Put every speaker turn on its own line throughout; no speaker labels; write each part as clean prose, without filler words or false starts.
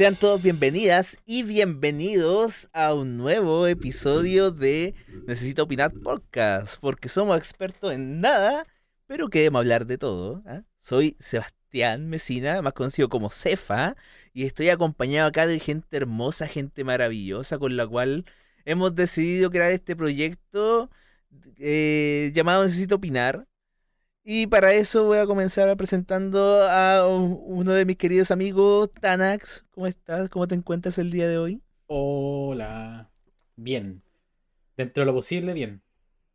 Sean todos bienvenidas y bienvenidos a un nuevo episodio de Necesito Opinar Podcast, porque somos expertos en nada, pero queremos hablar de todo. Soy Sebastián Mesina, más conocido como Cefa, y estoy acompañado acá de gente hermosa, gente maravillosa, con la cual hemos decidido crear este proyecto llamado Necesito Opinar. Y para eso voy a comenzar presentando a uno de mis queridos amigos, Tanax. ¿Cómo estás? ¿Cómo te encuentras el día de hoy?
Hola. Bien. Dentro de lo posible, bien.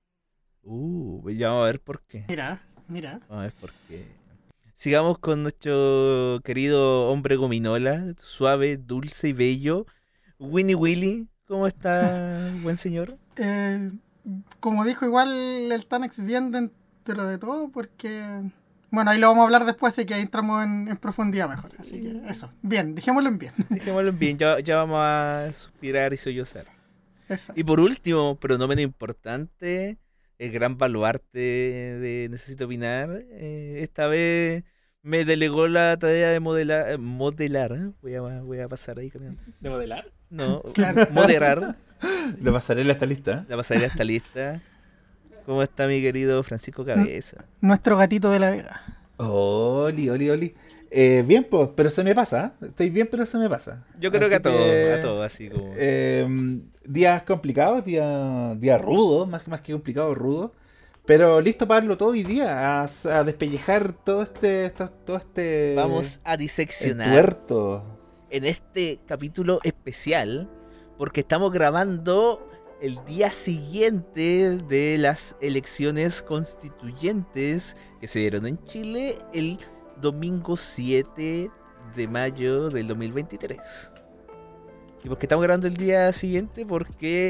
Ya vamos a ver por qué.
Mira.
Vamos a ver por qué. Sigamos con nuestro querido hombre gominola, suave, dulce y bello, Winnie Willy. ¿Cómo está, buen señor?
Como dijo igual el Tanex, bien dentro de todo, porque... Bueno, ahí lo vamos a hablar después, así que ahí entramos en profundidad mejor. Así que eso, bien, dejémoslo en bien.
Dejémoslo en bien, ya vamos a suspirar y sollozar.
Exacto.
Y por último, pero no menos importante, el gran baluarte de Necesito Opinar. Esta vez me delegó la tarea de modelar. Voy a pasar ahí caminando.
¿De modelar?
No,
Claro.
moderar.
La pasarela está lista.
La pasarela está lista. ¿Cómo está mi querido Francisco Cabeza?
Nuestro gatito de la Vega.
Oli. Bien, pues, pero se me pasa. Estoy bien, pero se me pasa.
Yo creo
Así
que a todos, así como...
días complicados, días rudos, más que complicados, rudos. Pero listo para darlo todo hoy día, a despellejar todo este
Vamos a
el
diseccionar
tuerto.
en este capítulo especial, porque estamos grabando el día siguiente de las elecciones constituyentes que se dieron en Chile el domingo 7 de mayo del 2023. ¿Y por qué estamos grabando el día siguiente? Porque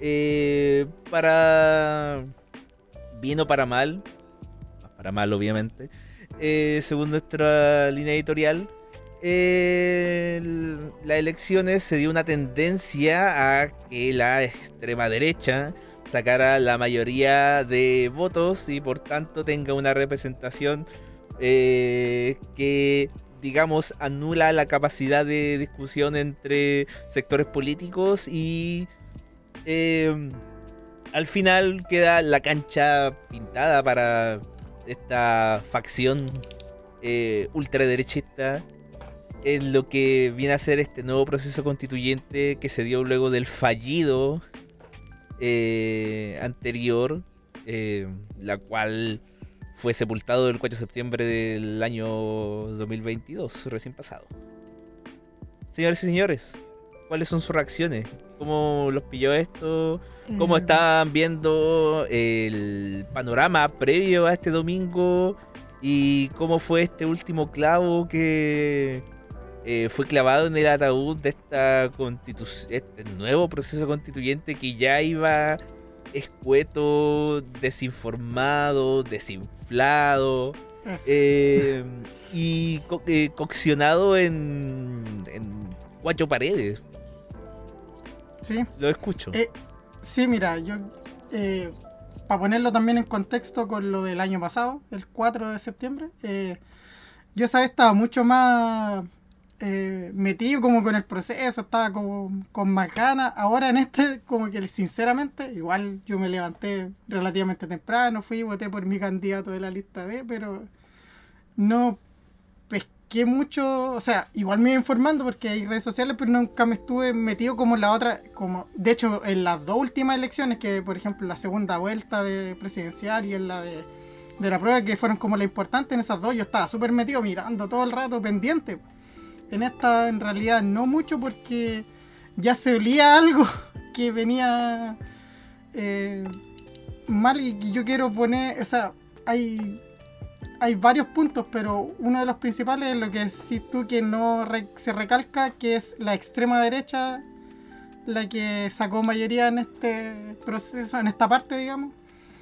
para bien o para mal, más para mal obviamente, según nuestra línea editorial, las elecciones se dio una tendencia a que la extrema derecha sacara la mayoría de votos y por tanto tenga una representación que, digamos, anula la capacidad de discusión entre sectores políticos y al final queda la cancha pintada para esta facción ultraderechista en lo que viene a ser este nuevo proceso constituyente que se dio luego del fallido anterior, la cual fue sepultado el 4 de septiembre del año 2022, recién pasado. Señores y señores, ¿cuáles son sus reacciones? ¿Cómo los pilló esto? ¿Cómo estaban viendo el panorama previo a este domingo? ¿Y cómo fue este último clavo que fue clavado en el ataúd de este nuevo proceso constituyente que ya iba escueto, desinformado, desinflado y coccionado en 4 paredes?
Sí.
Lo escucho.
Sí, mira, yo... para ponerlo también en contexto con lo del año pasado, el 4 de septiembre, yo esa vez estaba mucho más... metido como con el proceso, estaba como con más ganas. Ahora en este, como que sinceramente, igual yo me levanté relativamente temprano, fui y voté por mi candidato de la lista D, pero no pesqué mucho, o sea, igual me iba informando porque hay redes sociales, pero nunca me estuve metido como en la otra, como de hecho en las dos últimas elecciones, que por ejemplo la segunda vuelta de presidencial y en la de la prueba, que fueron como la importante, en esas dos yo estaba súper metido mirando todo el rato, pendiente. En esta, en realidad, no mucho porque ya se olía algo que venía mal y yo quiero poner... O sea, hay varios puntos, pero uno de los principales es lo que decís tú, que no se recalca, que es la extrema derecha la que sacó mayoría en este proceso, en esta parte, digamos.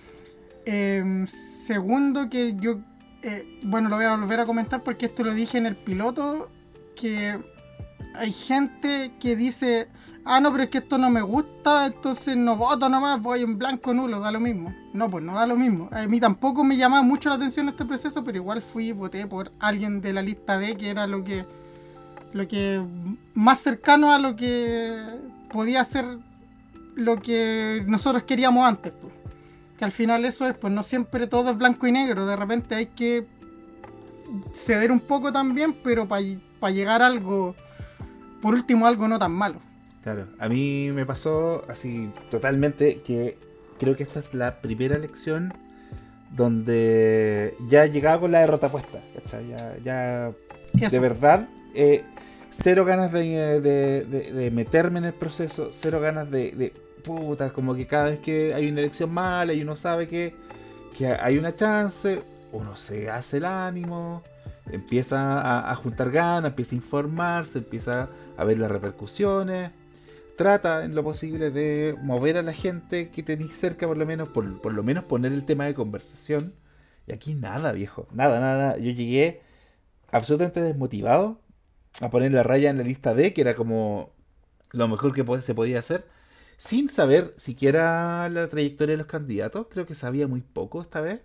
Segundo, que yo... bueno, lo voy a volver a comentar porque esto lo dije en el piloto, que hay gente que dice, no, pero es que esto no me gusta, entonces no voto nomás, voy en blanco nulo, da lo mismo. No, pues no da lo mismo. A mí tampoco me llamaba mucho la atención este proceso, pero igual fui y voté por alguien de la lista D, que era lo que lo que más cercano a lo que podía ser lo que nosotros queríamos antes, pues. Que al final eso es, pues no siempre todo es blanco y negro, de repente hay que ceder un poco también, pero para llegar a algo, por último, algo no tan malo.
Claro, a mí me pasó así totalmente que creo que esta es la primera lección donde ya llegaba con la derrota puesta, ¿cachai? Ya de verdad, cero ganas de meterme en el proceso, cero ganas de puta, como que cada vez que hay una elección mala y uno sabe que hay una chance, uno se hace el ánimo, empieza a juntar ganas, empieza a informarse, empieza a ver las repercusiones, trata en lo posible de mover a la gente que tenéis cerca, por lo menos poner el tema de conversación. Y aquí nada, viejo, nada. Yo llegué absolutamente desmotivado a poner la raya en la lista D, que era como lo mejor que se podía hacer, sin saber siquiera la trayectoria de los candidatos. Creo que sabía muy poco esta vez.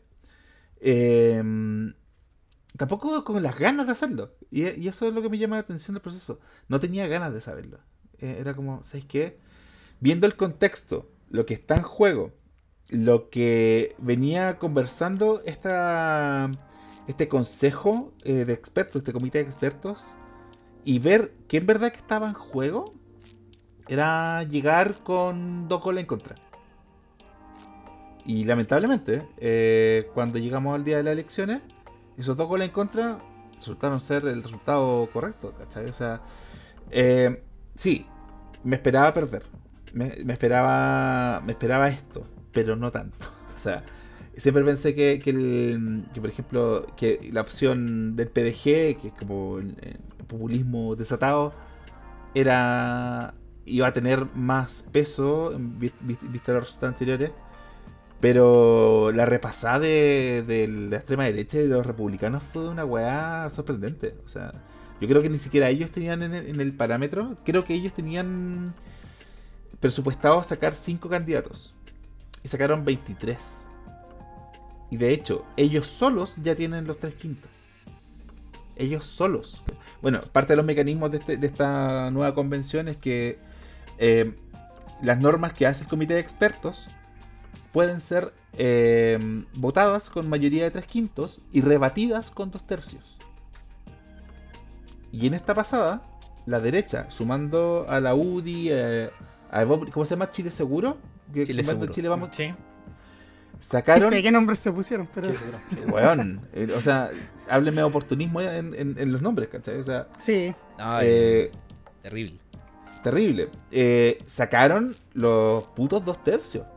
Tampoco con las ganas de hacerlo. Y eso es lo que me llama la atención del proceso. No tenía ganas de saberlo. Era como, ¿sabes qué? Viendo el contexto, lo que está en juego, lo que venía conversando este consejo de expertos, este comité de expertos, y ver que en verdad que estaba en juego, era llegar con 2 goles en contra. Y lamentablemente, cuando llegamos al día de las elecciones, esos 2 goles en contra resultaron ser el resultado correcto, ¿cachai? O sea, sí, me esperaba perder. Me esperaba esto, pero no tanto. O sea, siempre pensé que por ejemplo, que la opción del PDG, que es como el populismo desatado, iba a tener más peso vista los resultados anteriores, pero la repasada de la extrema derecha y de los republicanos fue una weá sorprendente. O sea, yo creo que ni siquiera ellos tenían en el parámetro, creo que ellos tenían presupuestado sacar 5 candidatos y sacaron 23. Y de hecho, ellos solos ya tienen los 3/5. Ellos solos. Bueno, parte de los mecanismos de esta nueva convención es que las normas que hace el comité de expertos pueden ser votadas con mayoría de 3/5 y rebatidas con 2/3. Y en esta pasada, la derecha, sumando a la UDI, ¿cómo se llama? ¿Chile Seguro?
Chile Seguro.
Chile Vamos.
Sí.
Sacaron.
No sé qué nombres se pusieron, pero.
Weón, o sea, hábleme de oportunismo en los nombres, ¿cachai? O sea,
Sí.
No, terrible.
Terrible. Sacaron los putos 2/3.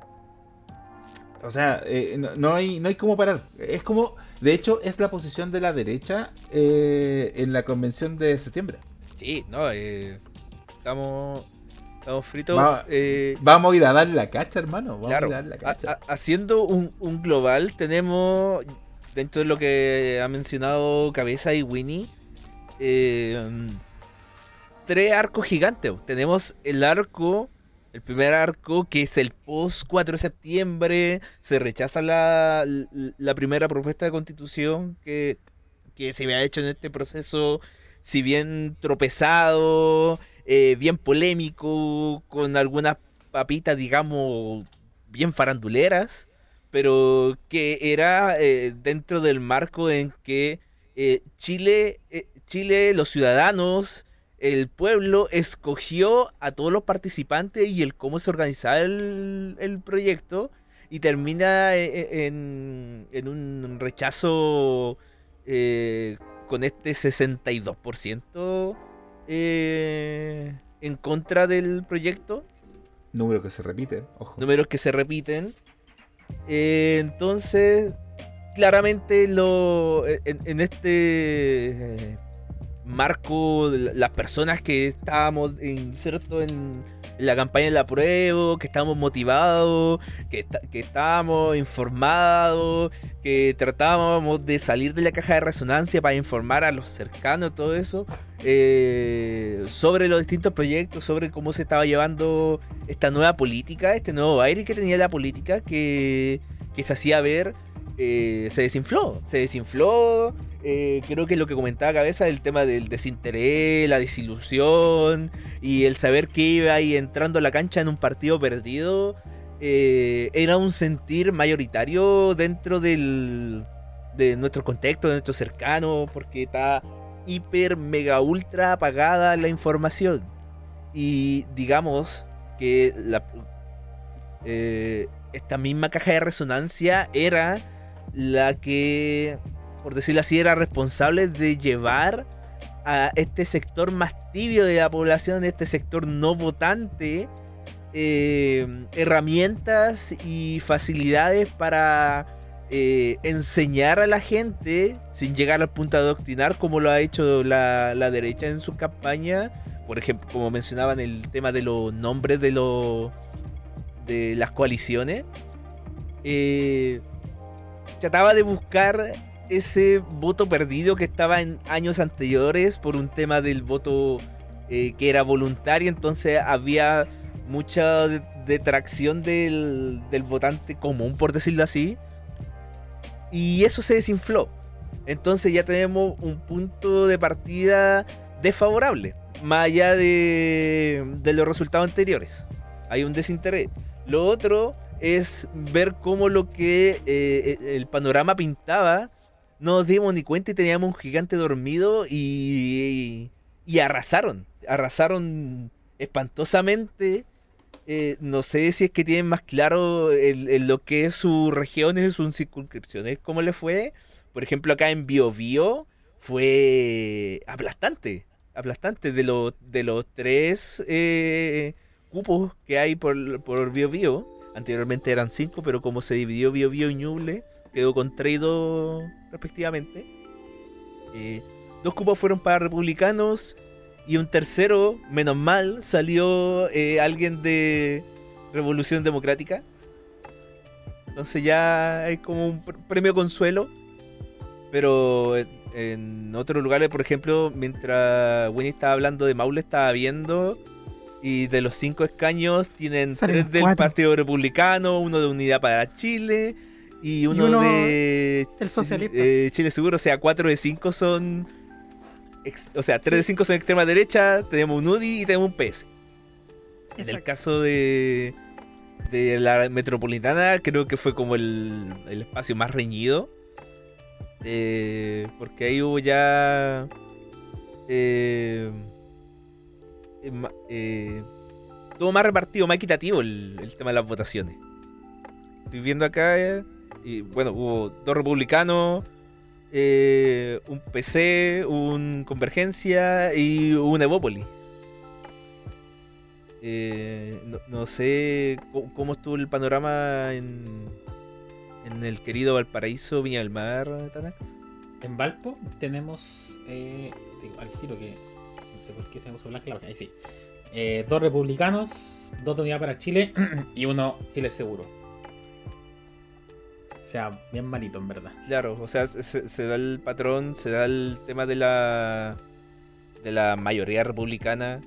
O sea, no hay cómo parar. Es como, de hecho, es la posición de la derecha en la convención de septiembre.
Sí, no, estamos fritos.
Vamos a ir a darle la cacha, hermano. Vamos
claro,
a ir a darle la cacha.
haciendo un global, tenemos, dentro de lo que ha mencionado Cabeza y Winnie, 3 arcos gigantes. Tenemos el primer arco, que es el post 4 de septiembre. Se rechaza la primera propuesta de constitución que se había hecho en este proceso, si bien tropezado, bien polémico, con algunas papitas, digamos, bien faranduleras, pero que era dentro del marco en que Chile, los ciudadanos, el pueblo escogió a todos los participantes y el cómo se organizaba el proyecto, y termina en un rechazo con este 62% en contra del proyecto.
Número que se repite, ojo.
Números que se repiten. Entonces, claramente en este marco, las personas que estábamos insertos en la campaña del apruebo, que estábamos motivados, que estábamos informados, que tratábamos de salir de la caja de resonancia para informar a los cercanos, todo eso, sobre los distintos proyectos, sobre cómo se estaba llevando esta nueva política, este nuevo aire que tenía la política, que se hacía ver, se desinfló. creo que lo que comentaba Cabeza, el tema del desinterés, la desilusión y el saber que iba ahí entrando a la cancha en un partido perdido, era un sentir mayoritario dentro de nuestro contexto, de nuestro cercano, porque está hiper, mega, ultra apagada la información. Y digamos que esta misma caja de resonancia era la que, por decirlo así, era responsable de llevar a este sector más tibio de la población, este sector no votante, herramientas y facilidades para enseñar a la gente, sin llegar al punto de adoctrinar como lo ha hecho la derecha en su campaña. Por ejemplo, como mencionaban, el tema de los nombres de las coaliciones. Trataba de buscar ese voto perdido que estaba en años anteriores por un tema del voto que era voluntario, entonces había mucha detracción del votante común, por decirlo así, y eso se desinfló. Entonces ya tenemos un punto de partida desfavorable, más allá de los resultados anteriores. Hay un desinterés. Lo otro es ver cómo lo que el panorama pintaba, no nos dimos ni cuenta y teníamos un gigante dormido y arrasaron espantosamente. No sé si es que tienen más claro lo que es sus regiones, sus circunscripciones, cómo le fue. Por ejemplo, acá en Biobío fue aplastante de los 3 cupos que hay por Biobío. Anteriormente eran 5, pero como se dividió Biobío y Ñuble, quedó con 3 y 2 respectivamente. 2 cupos fueron para republicanos y un tercero, menos mal, salió alguien de Revolución Democrática. Entonces ya hay como un premio consuelo. Pero en otros lugares, por ejemplo, mientras Winnie estaba hablando de Maule, estaba viendo, y de los 5 escaños tienen 3 del
4.
Partido Republicano, 1 de Unidad para Chile y uno de
el socialista.
Chile Seguro. O sea, 4 de 5 son o sea, 3 de 5 son extrema derecha. Tenemos un UDI y tenemos un PS. En el
Exacto.
caso de la metropolitana, creo que fue como el espacio más reñido, porque ahí hubo ya todo más repartido, más equitativo el tema de las votaciones. Estoy viendo acá, y bueno, hubo 2 republicanos, un PC, un Convergencia y un Evópolis. No sé cómo estuvo el panorama en el querido Valparaíso, Viña del Mar, Tanax.
En Valpo tenemos digo, al tiro que no sé por qué se me puso blanca la página. Ahí sí. 2 republicanos, 2 de Unidad para Chile y 1 Chile Seguro. O sea, bien malito en verdad.
Claro, o sea, se da el patrón, se da el tema de la mayoría republicana.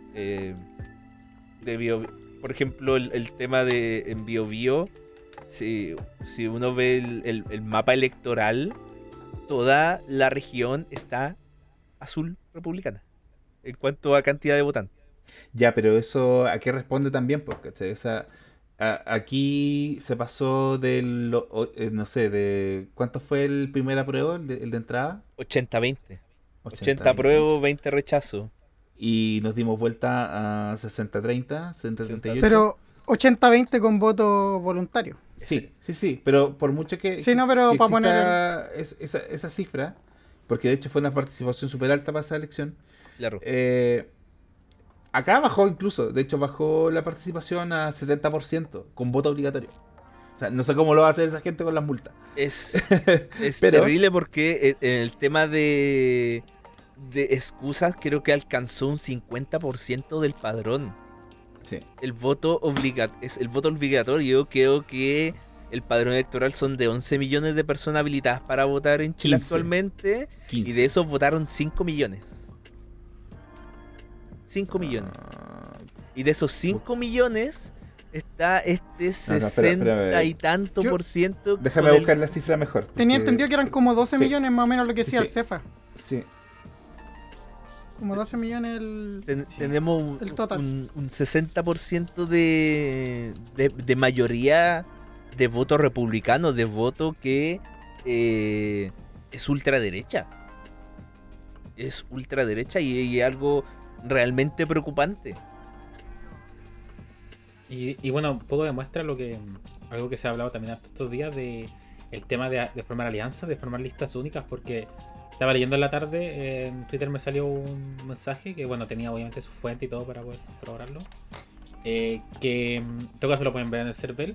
Por ejemplo, el tema de en Biobío, si uno ve el mapa electoral, toda la región está azul republicana en cuanto a cantidad de votantes.
Ya, pero eso ¿a qué responde también? Porque aquí se pasó no sé, de ¿cuánto fue el primer apruebo, el de entrada?
80-20. 80 apruebo, 20 rechazo.
Y nos dimos vuelta a 60-30, 60-38.
Pero 80-20 con voto voluntario.
Sí, pero por mucho que,
Sí, no, pero
que
para
exista esa cifra, porque de hecho fue una participación súper alta para esa elección.
Claro.
Acá bajó incluso, de hecho bajó la participación a 70% con voto obligatorio. O sea, no sé cómo lo va a hacer esa gente con las multas.
Es
Pero-
terrible porque en el tema de excusas creo que alcanzó un 50% del padrón.
Sí.
El voto es el voto obligatorio. Creo que el padrón electoral son de 11 millones de personas habilitadas para votar en Chile
15.
actualmente.
15.
Y de esos votaron 5 millones. 5 millones. Y de esos 5 millones, está este
No,
60 y tanto
Yo-
por ciento.
Déjame
con el-
buscar la cifra mejor.
Tenía
porque-
entendido que eran como 12
Sí.
millones más o menos lo que decía
Sí.
el Cefa.
Sí,
Como 12 millones el...
Tenemos
El total.
un 60% de mayoría de voto republicano, de voto que es ultraderecha. Es ultraderecha y algo realmente preocupante.
Y bueno, un poco demuestra algo que se ha hablado también estos días de el tema de formar alianzas, de formar listas únicas, porque estaba leyendo en la tarde, en Twitter me salió un mensaje que bueno, tenía obviamente su fuente y todo para poder corroborarlo. Que en todo caso lo pueden ver en el CERVEL.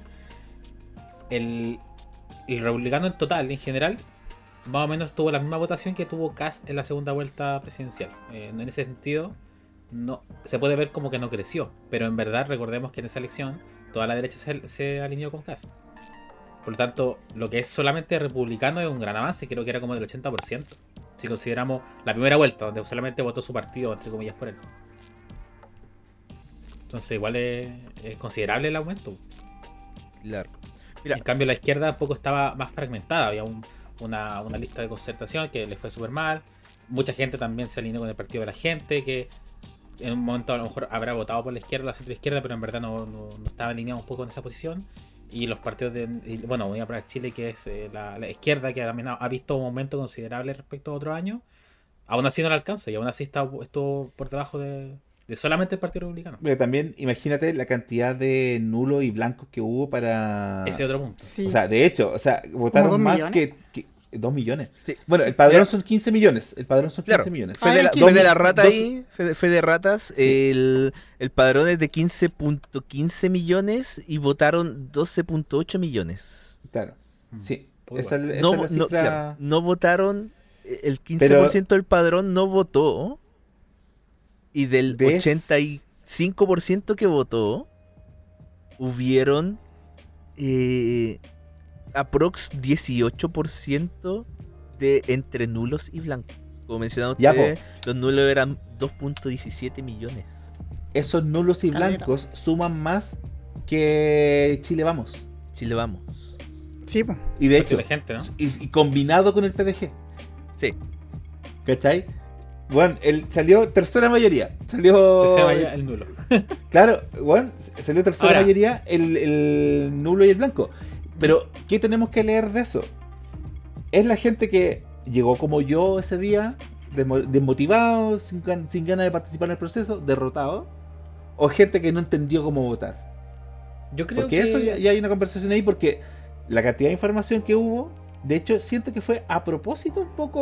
El republicano en total, en general, más o menos tuvo la misma votación que tuvo Kast en la segunda vuelta presidencial. En ese sentido, no se puede ver como que no creció, pero en verdad recordemos que en esa elección toda la derecha se alineó con Kast. Por lo tanto, lo que es solamente republicano es un gran avance, creo que era como del 80%. Si consideramos la primera vuelta, donde solamente votó su partido, entre comillas, por él. Entonces igual es considerable el aumento.
Claro. Mira,
En cambio la izquierda un poco estaba más fragmentada, había una lista de concertación que le fue súper mal. Mucha gente también se alineó con el partido de la gente, que en un momento a lo mejor habrá votado por la izquierda, la centro izquierda, pero en verdad no estaba alineado un poco en esa posición. Y los partidos bueno, Unidad para Chile, que es la izquierda, que también ha visto un aumento considerable respecto a otros años, aún así no le alcanza y aún así estuvo por debajo de solamente el Partido Republicano.
pero también imagínate la cantidad de nulos y blancos que hubo para...
Ese otro punto.
Sí.
O sea, de hecho, votaron
2
más
millones?
que 2 millones.
sí.
Bueno, el padrón
Mira.
son 15 millones. El padrón son 15
Claro.
millones.
Fe de la,
Ah,
fe de la
dos-
rata
dos-
ahí, fe de ratas,
Sí.
el padrón es de 15.15 millones y votaron 12.8 millones.
Claro. Sí.
Poco
Esa,
igual.
esa
No,
es la
no,
cifra.
claro, no votaron, el 15% del padrón no votó y del
De
85% que votó hubieron aprox 18% de entre nulos y blancos. Como mencionaron
Ya,
ustedes, los nulos eran 2.17 millones.
Esos nulos y
Caleta.
blancos suman más que Chile Vamos.
Chile vamos.
Sí, pues.
Y de
Partido
hecho,
de gente, ¿no?
y combinado con el PDG.
Sí,
¿Cachai? Bueno, él salió tercera mayoría. Salió.
Que se vaya el nulo.
Claro, bueno, salió tercera
Ahora.
mayoría el nulo y el blanco. Pero, ¿qué tenemos que leer de eso? Es la gente que llegó como yo ese día, desmotivado, sin ganas de participar en el proceso, derrotado. O gente que no entendió cómo votar.
Yo creo
Porque
que
eso ya hay una conversación ahí, porque la cantidad de información que hubo, de hecho, siento que fue a propósito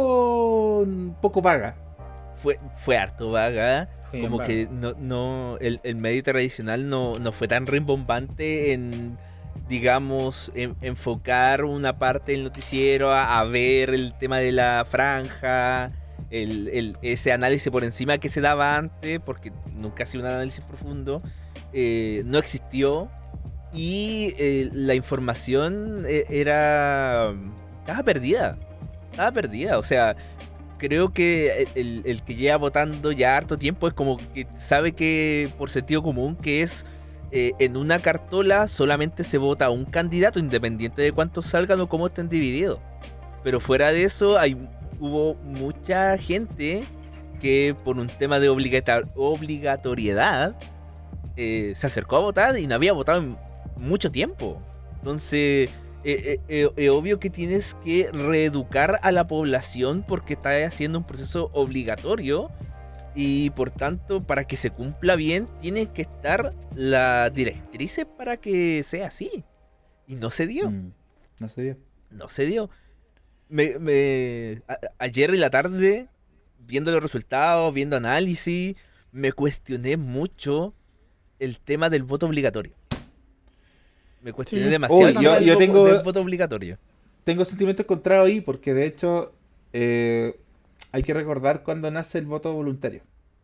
un poco vaga.
fue harto vaga.
fue
Como
vago.
que el medio tradicional no fue tan rimbombante en, digamos, enfocar una parte del noticiero a ver el tema de la franja, ese análisis por encima que se daba antes, porque nunca ha sido un análisis profundo, no existió. Y la información estaba perdida, o sea, creo que el que lleva votando ya harto tiempo es como que sabe que por sentido común que es en una cartola solamente se vota a un candidato independiente de cuántos salgan o cómo estén divididos. Pero fuera de eso hubo mucha gente que por un tema de obligatoriedad se acercó a votar y no había votado en mucho tiempo. Entonces es obvio que tienes que reeducar a la población porque está haciendo un proceso obligatorio y por tanto para que se cumpla bien tiene que estar las directrices para que sea así. Y no se dio.
No sé yo.
No se dio. Ayer en la tarde, viendo los resultados, viendo análisis, me cuestioné mucho el tema del voto obligatorio. Me cuestioné
Sí.
demasiado
Uy,
el tema
yo tengo-
del voto obligatorio.
Tengo sentimientos encontrados ahí, porque de hecho hay que recordar cuando nace el voto voluntario.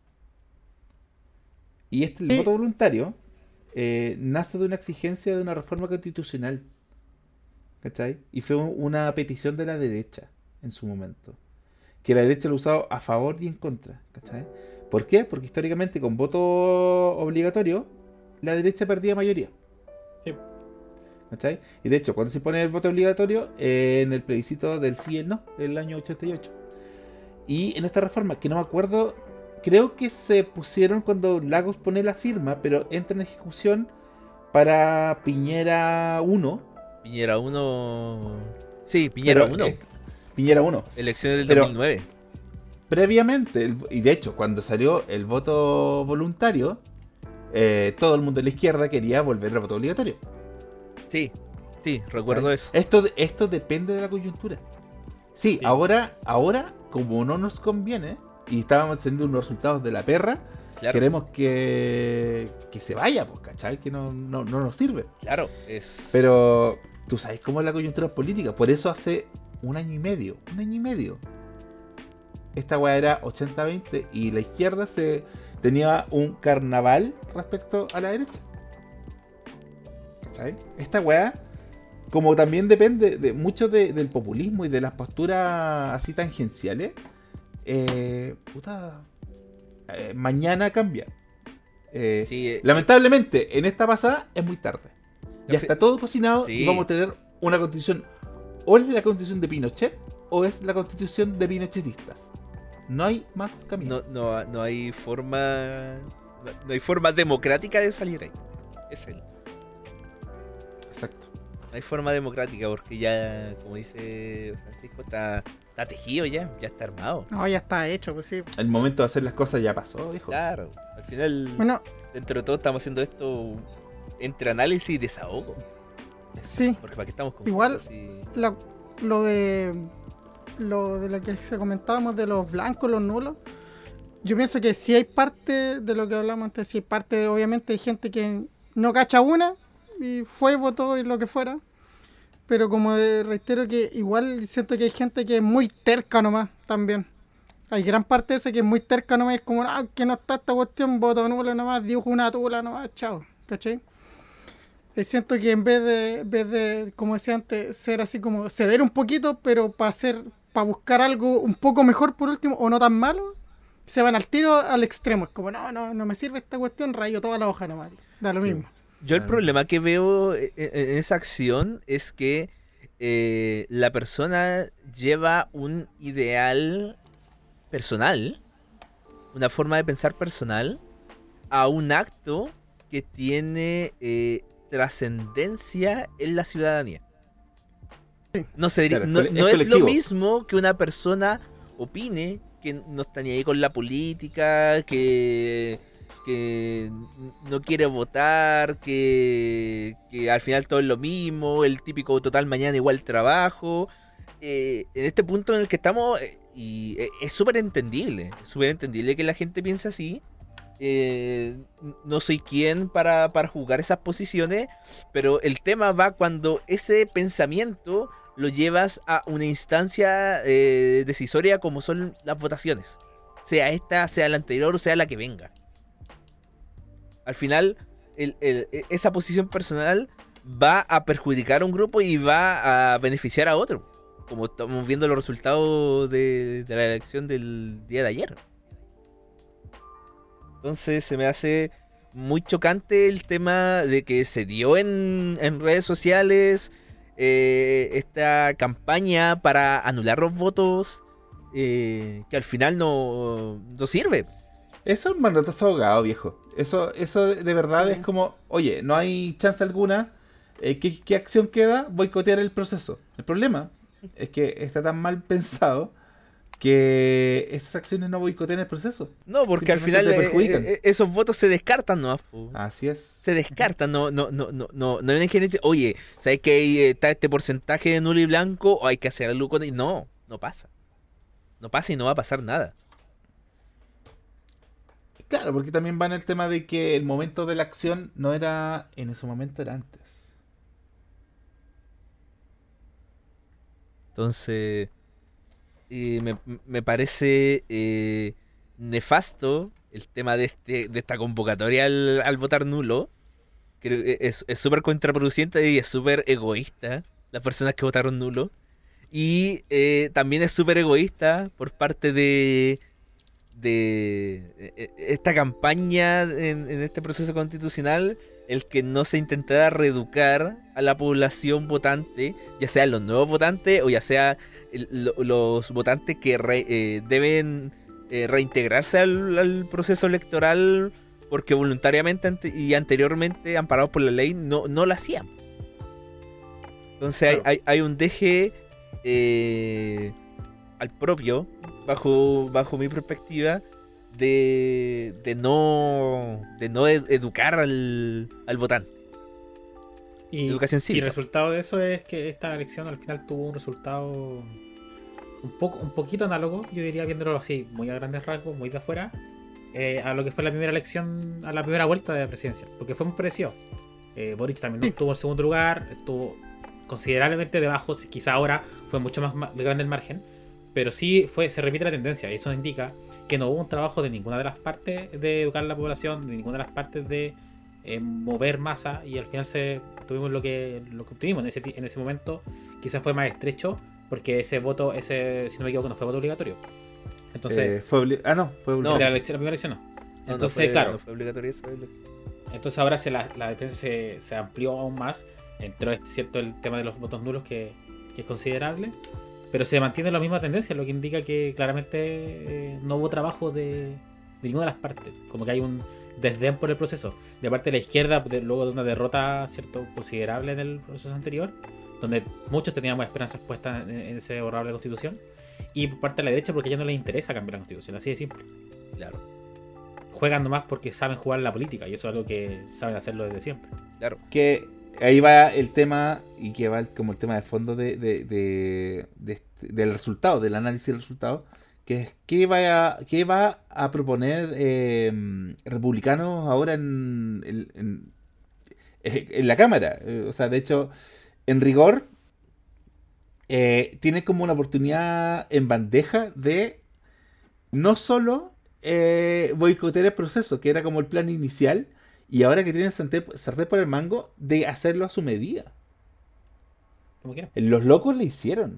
Y el
Sí.
voto voluntario nace de una exigencia de una reforma constitucional. ¿Cachai? Y fue una petición de la derecha en su momento. Que la derecha lo ha usado a favor y en contra. ¿Cachai? ¿Por qué? Porque históricamente con voto obligatorio la derecha perdía mayoría.
Sí.
¿Cachai? Y de hecho, cuando se pone el voto obligatorio, en el plebiscito del sí y el no, del año 88. Y en esta reforma, que no me acuerdo, creo que se pusieron cuando Lagos pone la firma, pero entra en ejecución para Piñera 1.
Piñera 1. Sí, Piñera 1.
Piñera 1.
Elecciones del
Pero
2009.
Previamente, y de hecho, cuando salió el voto voluntario, todo el mundo de la izquierda quería volver al voto obligatorio.
Sí, sí, recuerdo
¿Sabes?
eso.
Esto depende de la coyuntura. Sí,
Sí.
ahora, como no nos conviene, y estábamos teniendo unos resultados de la perra,
Claro,
queremos que se vaya, pues, ¿cachai? Que no nos sirve.
claro, es.
Pero tú sabes cómo es la coyuntura política. Por eso hace un año y medio, esta weá era 80-20 y la izquierda tenía un carnaval respecto a la derecha. ¿Cachai? Esta weá, como también depende de mucho del populismo y de las posturas así tangenciales, mañana cambia.
Sí,
Lamentablemente, en esta pasada es muy tarde. Ya
fi-
está todo cocinado
sí.
y vamos a tener una constitución. O es la constitución de Pinochet o es la constitución de pinochetistas. No hay más camino.
no hay forma. No hay forma democrática de salir ahí. Es él.
Exacto.
No hay forma democrática porque ya, como dice Francisco, está tejido ya está armado.
No, ya está hecho, pues sí.
El momento de hacer las cosas ya pasó, hijo.
Claro, al final,
Bueno,
dentro de todo estamos haciendo esto entre análisis y desahogo.
sí.
Porque para qué estamos con
Igual-
cosas así?
Lo de lo que se comentábamos de los blancos, los nulos, yo pienso que si hay parte de lo que hablamos antes, si hay parte de, obviamente hay gente que no cacha una y fue, votó y lo que fuera, pero como reitero que igual siento que hay gente que es muy terca nomás también. Hay gran parte de esa que es muy terca nomás, es como, ah, que no está esta cuestión, voto nulo nomás, dibujo una tula nomás, chao, ¿cachai? Siento que en vez de, como decía antes, ser así como ceder un poquito, pero para buscar algo un poco mejor por último, o no tan malo, se van al tiro al extremo. Es como, no me sirve esta cuestión, rayo toda la hoja nomás. Da lo
Sí.
mismo.
Yo el
Claro.
problema que veo en esa acción es que la persona lleva un ideal personal, una forma de pensar personal, a un acto que tiene trascendencia en la ciudadanía. No,
Claro,
no,
es
no es lo
colectivo.
mismo que una persona opine que no está ni ahí con la política, que no quiere votar, que al final todo es lo mismo, el típico total mañana igual trabajo. En este punto en el que estamos, es súper entendible que la gente piense así. No soy quien para jugar esas posiciones, pero el tema va cuando ese pensamiento lo llevas a una instancia decisoria como son las votaciones. Sea esta, sea la anterior, o sea la que venga. Al final, esa posición personal va a perjudicar a un grupo y va a beneficiar a otro. Como estamos viendo los resultados de la elección del día de ayer. Entonces se me hace muy chocante el tema de que se dio en redes sociales esta campaña para anular los votos que al final no sirve.
Eso es un manotazo ahogado, viejo. Eso de verdad es como, oye, no hay chance alguna. ¿Qué acción queda? Boicotear el proceso. El problema es que está tan mal pensado que esas acciones no boicotean el proceso.
No, porque al final
Simplemente te perjudican.
esos votos se descartan, ¿no?
Así es.
Se descartan, no hay una injerencia. Oye, ¿sabes que ahí está este porcentaje de nulo y blanco? O hay que hacer algo con él. No pasa. No pasa y no va a pasar nada.
Claro, porque también va en el tema de que el momento de la acción no era en ese momento, era antes.
Entonces, me parece nefasto el tema de esta convocatoria al votar nulo. Creo que es súper contraproducente y es súper egoísta las personas que votaron nulo. Y también es súper egoísta por parte de esta campaña en este proceso constitucional el que no se intentara reeducar a la población votante, ya sea los nuevos votantes o ya sea los votantes que deben reintegrarse al proceso electoral porque voluntariamente y anteriormente, amparados por la ley, no lo hacían. Entonces
Claro.
hay un deje al propio, bajo mi perspectiva, de no educar al votante. Educación
Y
cívica.
el resultado de eso es que esta elección al final tuvo un resultado un poquito análogo, yo diría, viéndolo así, muy a grandes rasgos, muy de afuera, a lo que fue la primera elección, a la primera vuelta de la presidencia, porque fue muy parecido. Boric también no
Sí.
estuvo en segundo lugar, estuvo considerablemente debajo, quizá ahora fue mucho más grande el margen, pero sí se repite la tendencia, y eso indica que no hubo un trabajo de ninguna de las partes de educar a la población, de ninguna de las partes de mover masa, y al final tuvimos lo que obtuvimos en ese momento. Quizás fue más estrecho porque ese voto, si no me equivoco, no fue voto obligatorio. Entonces,
Fue obligatorio.
No.
la primera elección no.
No,
Entonces, claro,
no fue obligatoria esa elección.
entonces ahora la diferencia se amplió aún más. Entró cierto el tema de los votos nulos que es considerable, pero se mantiene la misma tendencia, lo que indica que claramente no hubo trabajo de ninguna de las partes. Como que hay un desdén por el proceso. De parte de la izquierda, luego de una derrota cierto considerable en el proceso anterior, donde muchos teníamos esperanzas puestas en esa horrible constitución, y por parte de la derecha porque ya no les interesa cambiar la constitución, así de simple.
Claro,
Juegan nomás porque saben jugar la política, y eso es algo que saben hacerlo desde siempre.
claro.
Que ahí va el tema, y que va como el tema de fondo del resultado, del análisis del resultado, que es qué va a proponer republicanos ahora en la Cámara. O sea, de hecho, en rigor, tiene como una oportunidad en bandeja de no solo boicotear el proceso, que era como el plan inicial, y ahora que tienen sartén por el mango, de hacerlo a su medida.
Como quieran.
Los locos le hicieron.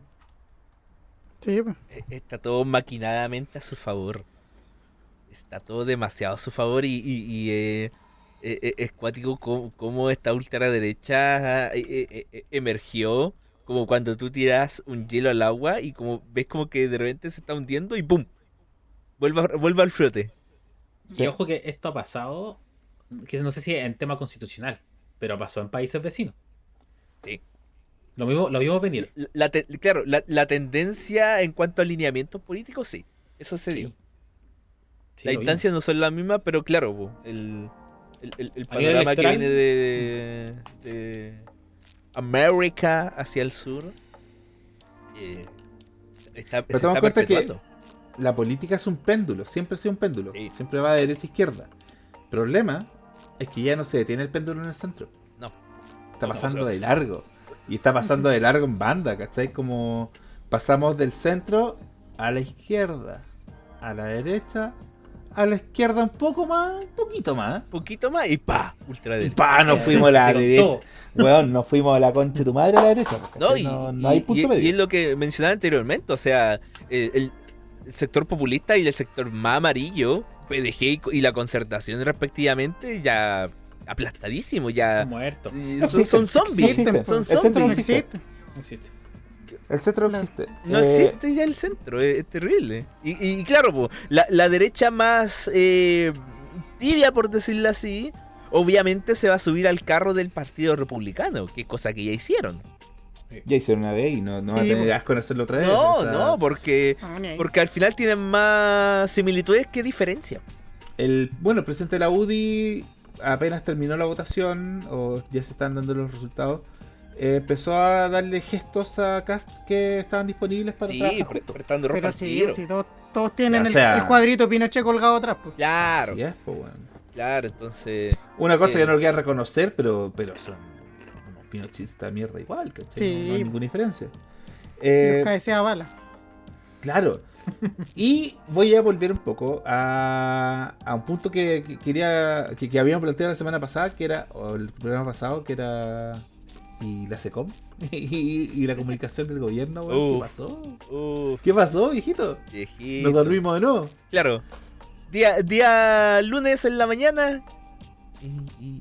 Sí, pues.
Está todo maquinadamente a su favor. Está todo demasiado a su favor y es cuático cómo esta ultraderecha emergió, como cuando tú tiras un hielo al agua y como ves como que de repente se está hundiendo y ¡pum! Vuelve al flote.
Y ojo que esto ha pasado, que no sé si en tema constitucional, pero pasó en países vecinos.
Sí.
Lo vimos venir.
Claro, la tendencia en cuanto a alineamientos políticos, sí. Eso se dio.
Sí,
Las
lo
instancias no son las mismas, pero claro, po, el panorama que
electoral.
viene de América hacia el sur se
Pero
está
toma en cuenta que
perpetuando.
la política es un péndulo, siempre ha sido un péndulo.
Sí.
Siempre va de derecha a izquierda. El problema es que ya no se detiene el péndulo en el centro.
No.
Está
No,
pasando
o sea,
de largo. Y está pasando de largo en banda, ¿cachai? Como pasamos del centro a la izquierda, a la derecha, a la izquierda un poco más, un poquito más.
Un poquito más y ¡pa! Ultraderecha.
Pa, nos fuimos a la
Se
derecha.
contó.
Weón, nos fuimos a la concha de tu madre a la derecha.
No,
¿cachai? No hay punto
y
medio.
es lo que mencionaba anteriormente, o sea, el sector populista y el sector más amarillo, PDG y la concertación respectivamente, ya aplastadísimo, ya
Están muertos.
son zombies,
existen.
son
El centro no
zombies.
existe.
No existe.
El centro no
No.
existe.
No existe ya el centro, es terrible. Y claro, po, la derecha más tibia, por decirlo así, obviamente se va a subir al carro del Partido Republicano, que cosa que ya hicieron.
Ya hicieron una vez y no va a
Sí,
tener
po.
asco en hacerlo otra vez.
No,
o sea,
no, porque
No, ni ahí.
al final tienen más similitudes que diferencias.
el presidente de la UDI apenas terminó la votación, o ya se están dando los resultados, empezó a darle gestos a cast que estaban disponibles para
Sí,
trabajar juntos.
prestando ropa
Pero
al
sí,
tiro.
sí, todos tienen
O sea-
el cuadrito Pinochet colgado atrás, pues.
Claro,
Así es, pues, bueno.
claro, entonces...
Una cosa
Eh.
que no lo quiero reconocer, pero son unos pinochistas de mierda igual, ¿cachai?
Sí.
No hay ninguna diferencia.
Los cabecea bala.
Claro. Y voy a volver un poco a un punto que quería que habíamos planteado la semana pasada, que era, o el programa pasado, que era y la SECOM y la comunicación del gobierno, weón. ¿Qué pasó? ¿Qué pasó, viejito?
Viejito.
Nos dormimos de nuevo.
Claro. Día lunes en la mañana.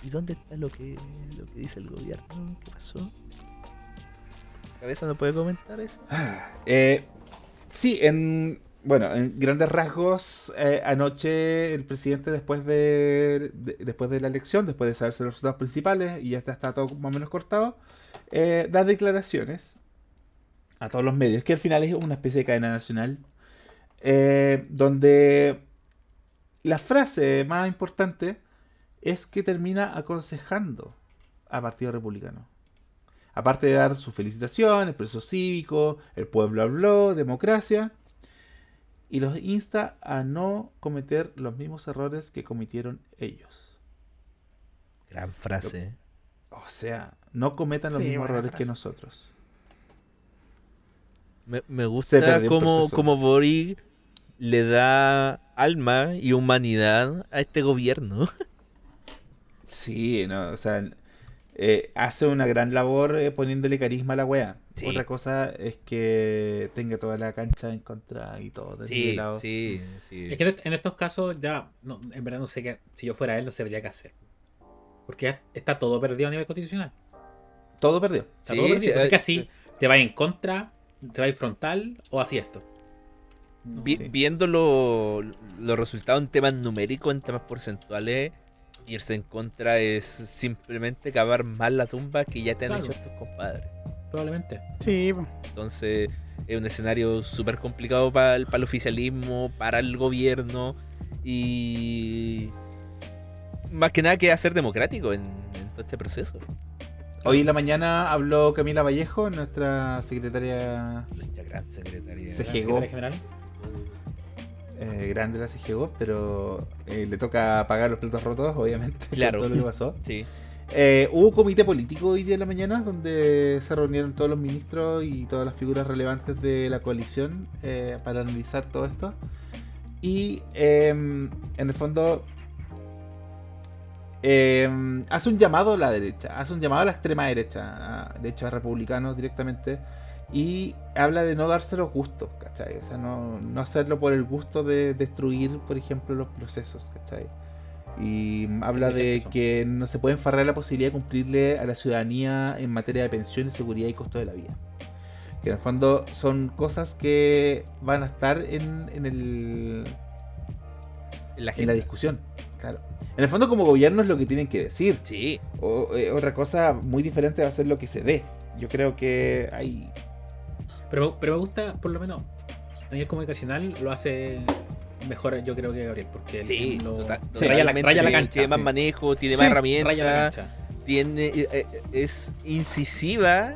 ¿Y dónde está lo que dice el gobierno? ¿Qué pasó? ¿Cabeza no puede comentar eso?
Sí, en grandes rasgos, anoche el presidente, después de la elección, después de saberse los resultados principales, y ya está todo más o menos cortado, da declaraciones a todos los medios, que al final es una especie de cadena nacional, donde la frase más importante es que termina aconsejando a Partido Republicano. Aparte de dar su felicitación, el proceso cívico, el pueblo habló, democracia, y los insta a no cometer los mismos errores que cometieron ellos.
Gran frase.
O sea, no cometan los mismos errores que nosotros.
Me gusta cómo Boric le da alma y humanidad a este gobierno.
Sí, no, o sea, hace una gran labor poniéndole carisma a la wea. Sí. Otra cosa es que tenga toda la cancha en contra y todo desnivelado.
Sí.
Es que en estos casos ya, no, en verdad no sé qué, si yo fuera él no sabría qué hacer. Porque ya está todo perdido a nivel constitucional.
Todo perdido.
Está todo perdido. Entonces que así te vas en contra, te vas frontal o así esto.
No, viendo los resultados en temas numéricos, en temas porcentuales, irse en contra es simplemente cavar más la tumba que ya te han hecho estos compadres.
Probablemente.
Sí.
Entonces es un escenario súper complicado para el oficialismo, para el gobierno, y más que nada que hacer democrático en todo este proceso.
Hoy en la mañana habló Camila Vallejo, nuestra secretaria.
La gran secretaria.
CGO.
General.
Grande la CGO, pero le toca pagar los platos rotos, obviamente.
Claro.
Por todo lo que pasó.
Sí.
Hubo comité político hoy día en la mañana donde se reunieron todos los ministros y todas las figuras relevantes de la coalición para analizar todo esto. Y en el fondo hace un llamado a la derecha, hace un llamado a la extrema derecha, de hecho a republicanos directamente, y habla de no darse los gustos, ¿cachai? O sea, no hacerlo por el gusto de destruir, por ejemplo, los procesos, ¿cachai? Y habla de que no se puede enfarrar la posibilidad de cumplirle a la ciudadanía en materia de pensiones, seguridad y costo de la vida. Que en el fondo son cosas que van a estar en la discusión. Claro. En el fondo, como gobierno es lo que tienen que decir.
Sí.
Otra cosa muy diferente va a ser lo que se dé. Yo creo que hay...
Pero me gusta, por lo menos, a nivel comunicacional lo hace mejor, yo creo que Gabriel, porque
sí,
raya la cancha.
Tiene más manejo, tiene más herramientas, es incisiva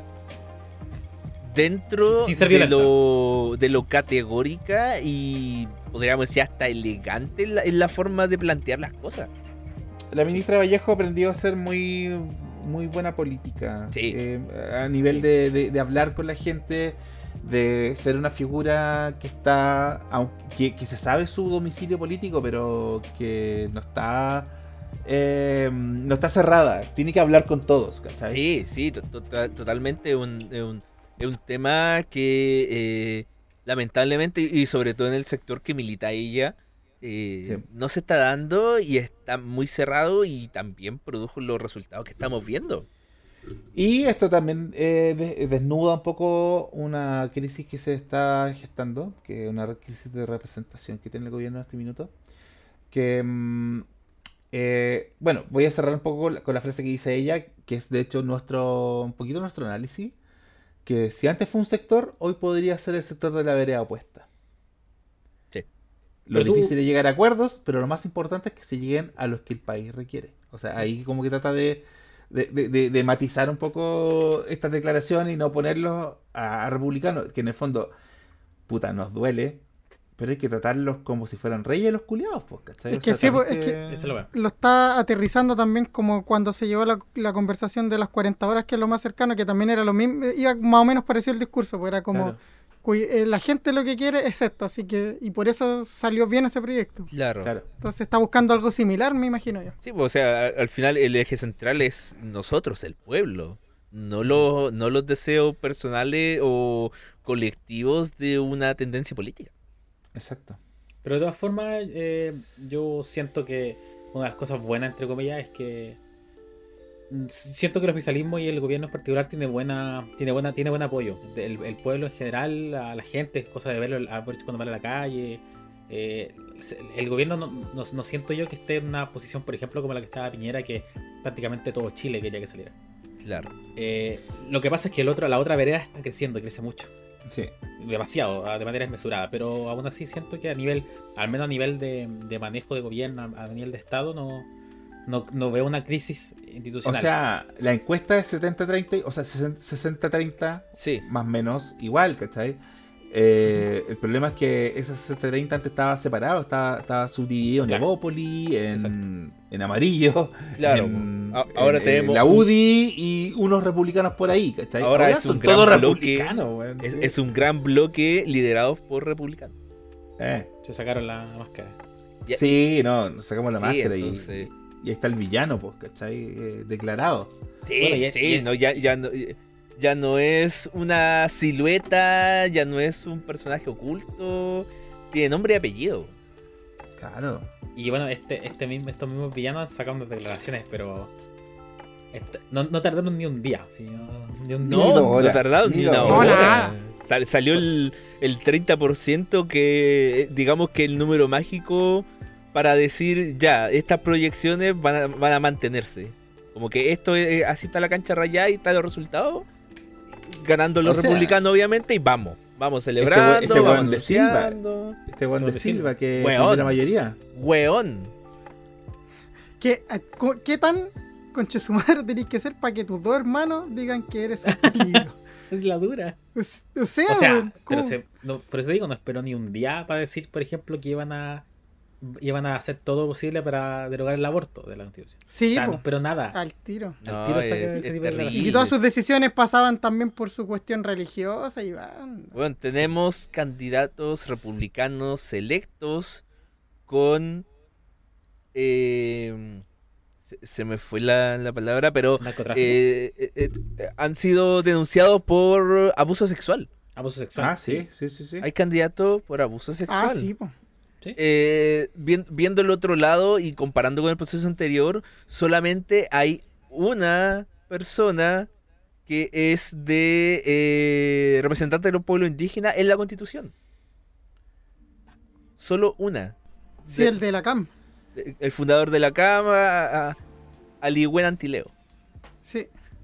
dentro de lo categórica y podríamos decir hasta elegante en la forma de plantear las cosas.
La ministra Vallejo aprendió a ser muy buena política.
Sí.
A nivel de hablar con la gente, de ser una figura que está, que se sabe su domicilio político, pero que no está cerrada. Tiene que hablar con todos, ¿cachai?
Sí, totalmente. Es un tema que lamentablemente, y sobre todo en el sector que milita ella, no se está dando y está muy cerrado, y también produjo los resultados que estamos viendo.
Y esto también desnuda un poco una crisis que se está gestando, que es una crisis de representación que tiene el gobierno en este minuto. Que, voy a cerrar un poco con la frase que dice ella, que es de hecho un poquito nuestro análisis, que si antes fue un sector, hoy podría ser el sector de la vereda opuesta.
Sí.
Lo difícil es llegar a acuerdos, pero lo más importante es que se lleguen a los que el país requiere. O sea, ahí como que trata de matizar un poco estas declaraciones y no ponerlos a republicanos, que en el fondo, puta, nos duele, pero hay que tratarlos como si fueran reyes los culiados, pues, ¿cachai?
Es que sí, es que lo está aterrizando también como cuando se llevó la conversación de las 40 horas, que es lo más cercano, que también era lo mismo, iba más o menos parecido el discurso, pues era como... Claro. La gente lo que quiere es esto, así que, y por eso salió bien ese proyecto.
Claro.
Entonces está buscando algo similar, me imagino yo.
Sí, pues, o sea, al final el eje central es nosotros, el pueblo, no los deseos personales o colectivos de una tendencia política.
Exacto.
Pero de todas formas, yo siento que una de las cosas buenas, entre comillas, es que siento que el oficialismo y el gobierno en particular tiene buen apoyo. El pueblo en general, a la gente, es cosa de verlo a Boric cuando va a la calle. El gobierno no siento yo que esté en una posición, por ejemplo, como la que estaba Piñera, que prácticamente todo Chile quería que saliera.
Claro.
Lo que pasa es que la otra vereda está creciendo, crece mucho.
Sí.
Demasiado, de manera desmesurada. Pero aún así siento que al menos a nivel de manejo de gobierno, a nivel de Estado, no veo una crisis institucional.
O sea, la encuesta es 70-30, o sea, 60-30,
Sí.
más o menos igual, ¿cachai? El problema es que ese 60-30 antes estaba separado, estaba subdividido en
Claro.
Evópoli, en amarillo,
Claro. Ahora tenemos
la UDI y unos republicanos por ahí, ¿cachai?
Ahora es
son
un gran
todos
bloque.
republicanos, weón. Sí.
Es un gran bloque liderado por republicanos.
Se sacaron la máscara.
Ya-
Sí, no, nos sacamos la
Sí,
máscara
entonces-
y ahí está el villano, pues, ¿cachai? Declarado.
Sí,
Bueno,
sí, no, ya no es una silueta, ya no es un personaje oculto, tiene nombre y apellido.
Claro.
Y bueno, estos mismos villanos sacaron unas declaraciones, pero no tardaron ni un día. ¿Sí? Ni un
Ni
día.
dos
No, no
horas,
tardaron
ni
ni
dos
una
horas.
hora. Salió el 30% que, digamos que el número mágico para decir, ya, estas proyecciones van a mantenerse. Como que esto así está la cancha rayada y está los resultados. Ganando los
O sea,
republicanos, obviamente, y vamos celebrando,
este
vamos
weón de Silva.
anunciando.
Este Juan de
Sobre
Silva, que es
Weón.
de la mayoría.
Weón.
¿Qué tan conche su madre tenés que ser para que tus dos hermanos digan que eres un peligro?
Es la dura.
O sea,
O sea,
weón,
pero
¿cómo?
por eso digo, no esperó ni un día para decir, por ejemplo, que iban a hacer todo lo posible para derogar el aborto de la Constitución.
Sí,
o sea,
po,
no esperó nada.
al tiro.
Al tiro saca ese tipo de
Y
declaraciones.
que todas sus decisiones pasaban también por su cuestión religiosa y van.
Bueno, tenemos candidatos republicanos electos con... se me fue la palabra, pero
Narcotráfico.
han sido denunciados por abuso sexual.
Abuso sexual.
Ah, sí.
Hay candidatos por abuso sexual.
Ah, sí, po.
¿Sí?
Viendo el otro lado y comparando con el proceso anterior, solamente hay una persona que es de representante de los pueblos indígenas en la Constitución. Solo una.
Sí, el de la CAM.
El fundador de la Cama, Aligüen Antileo.
Sí.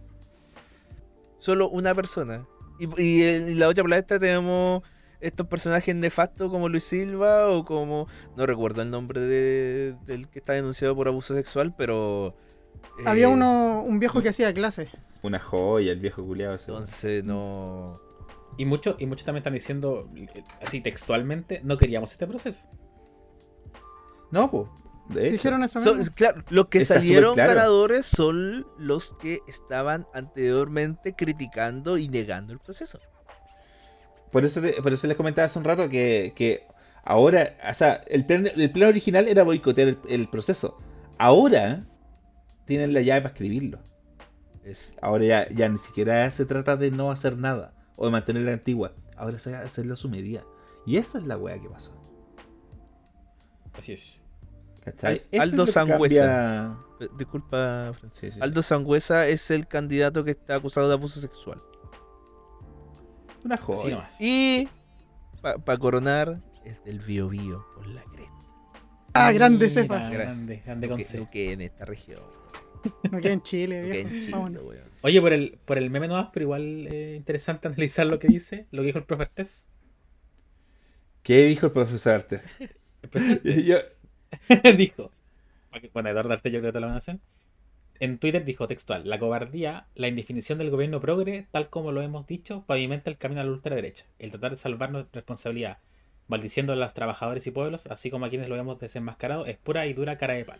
Solo una persona. Y en la otra palestra tenemos estos personajes nefastos como Luis Silva o como... No recuerdo el nombre del que está denunciado por abuso sexual, pero...
Había un viejo que hacía clases.
Una joya, el viejo culiado ese.
Entonces no...
Y muchos también están diciendo, así textualmente, no queríamos este proceso.
No, pues. De hecho.
Dijeron eso
Son-
mismo.
claro, los que
Está
salieron
súper claro.
ganadores son los que estaban anteriormente criticando y negando el proceso.
Por eso les comentaba hace un rato que ahora, o sea, el plan original era boicotear el proceso. Ahora tienen la llave para escribirlo. Ahora ya ni siquiera se trata de no hacer nada o de mantener la antigua. Ahora se hacerlo a su medida. Y esa es la wea que pasó.
Así es.
¿Cachai?
Aldo
Eso es lo que
Sangüesa.
cambia-
Disculpa, Francisco.
Sí, sí, sí.
Aldo Sangüesa es el candidato que está acusado de abuso sexual.
Una
Así
joya.
nomás.
Y para coronar es del Bío Bío por la cresta.
Ah, grande
Mira,
cepa.
Grande con C.
Lo que en esta región.
No queda en Chile,
Lo que en
viejo.
Chile,
Vámonos.
weón.
Oye, por el meme nomás, pero igual interesante analizar lo que dijo el profe Artés.
¿Qué dijo el profesor Arte?
El profe Artés
Yo-
dijo, bueno, Eduardo Artés yo creo que te lo van a hacer. En Twitter dijo textual: la cobardía, la indefinición del gobierno progre, tal como lo hemos dicho, pavimenta el camino a la ultraderecha. El tratar de salvar nuestra responsabilidad, maldiciendo a los trabajadores y pueblos, así como a quienes lo hemos desenmascarado, es pura y dura cara de palo.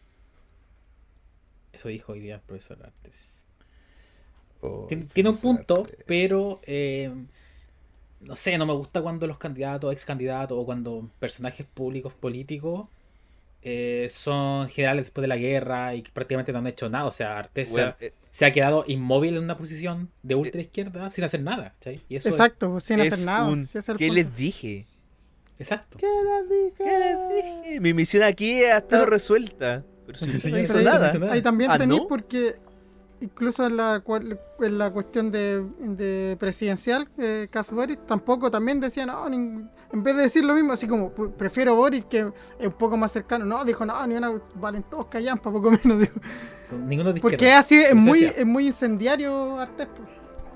Eso dijo hoy día el profesor Artés.
Oh,
Tiene un
profesor
punto,
Arte.
pero no sé, no me gusta cuando los candidatos, ex candidatos o cuando personajes públicos políticos son generales después de la guerra y que prácticamente no han hecho nada. O sea, Artés
Weón,
se ha quedado inmóvil en una posición de ultra izquierda sin hacer nada. ¿Cachai? Y eso
Exacto, pues, sin hacer
es
nada.
un...
Sí, ese es el
¿Qué
punto.
les dije?
exacto.
¿Qué le dije?
¿Qué les dije? Mi misión aquí ha estado resuelta. Pero si no
Señor,
hizo
pero
nada.
no hizo nada.
Ahí también
Ah,
tenéis
¿no?
porque incluso en la cuestión de presidencial, Cas Boris, tampoco también decía, no, en vez de decir lo mismo, así como, prefiero Boris, que es un poco más cercano, no, dijo, no, ni una, valen todos callampa, poco menos, dijo.
Ninguno de
Porque
izquierda.
así,
Eso decía.
es muy incendiario Artés, pues.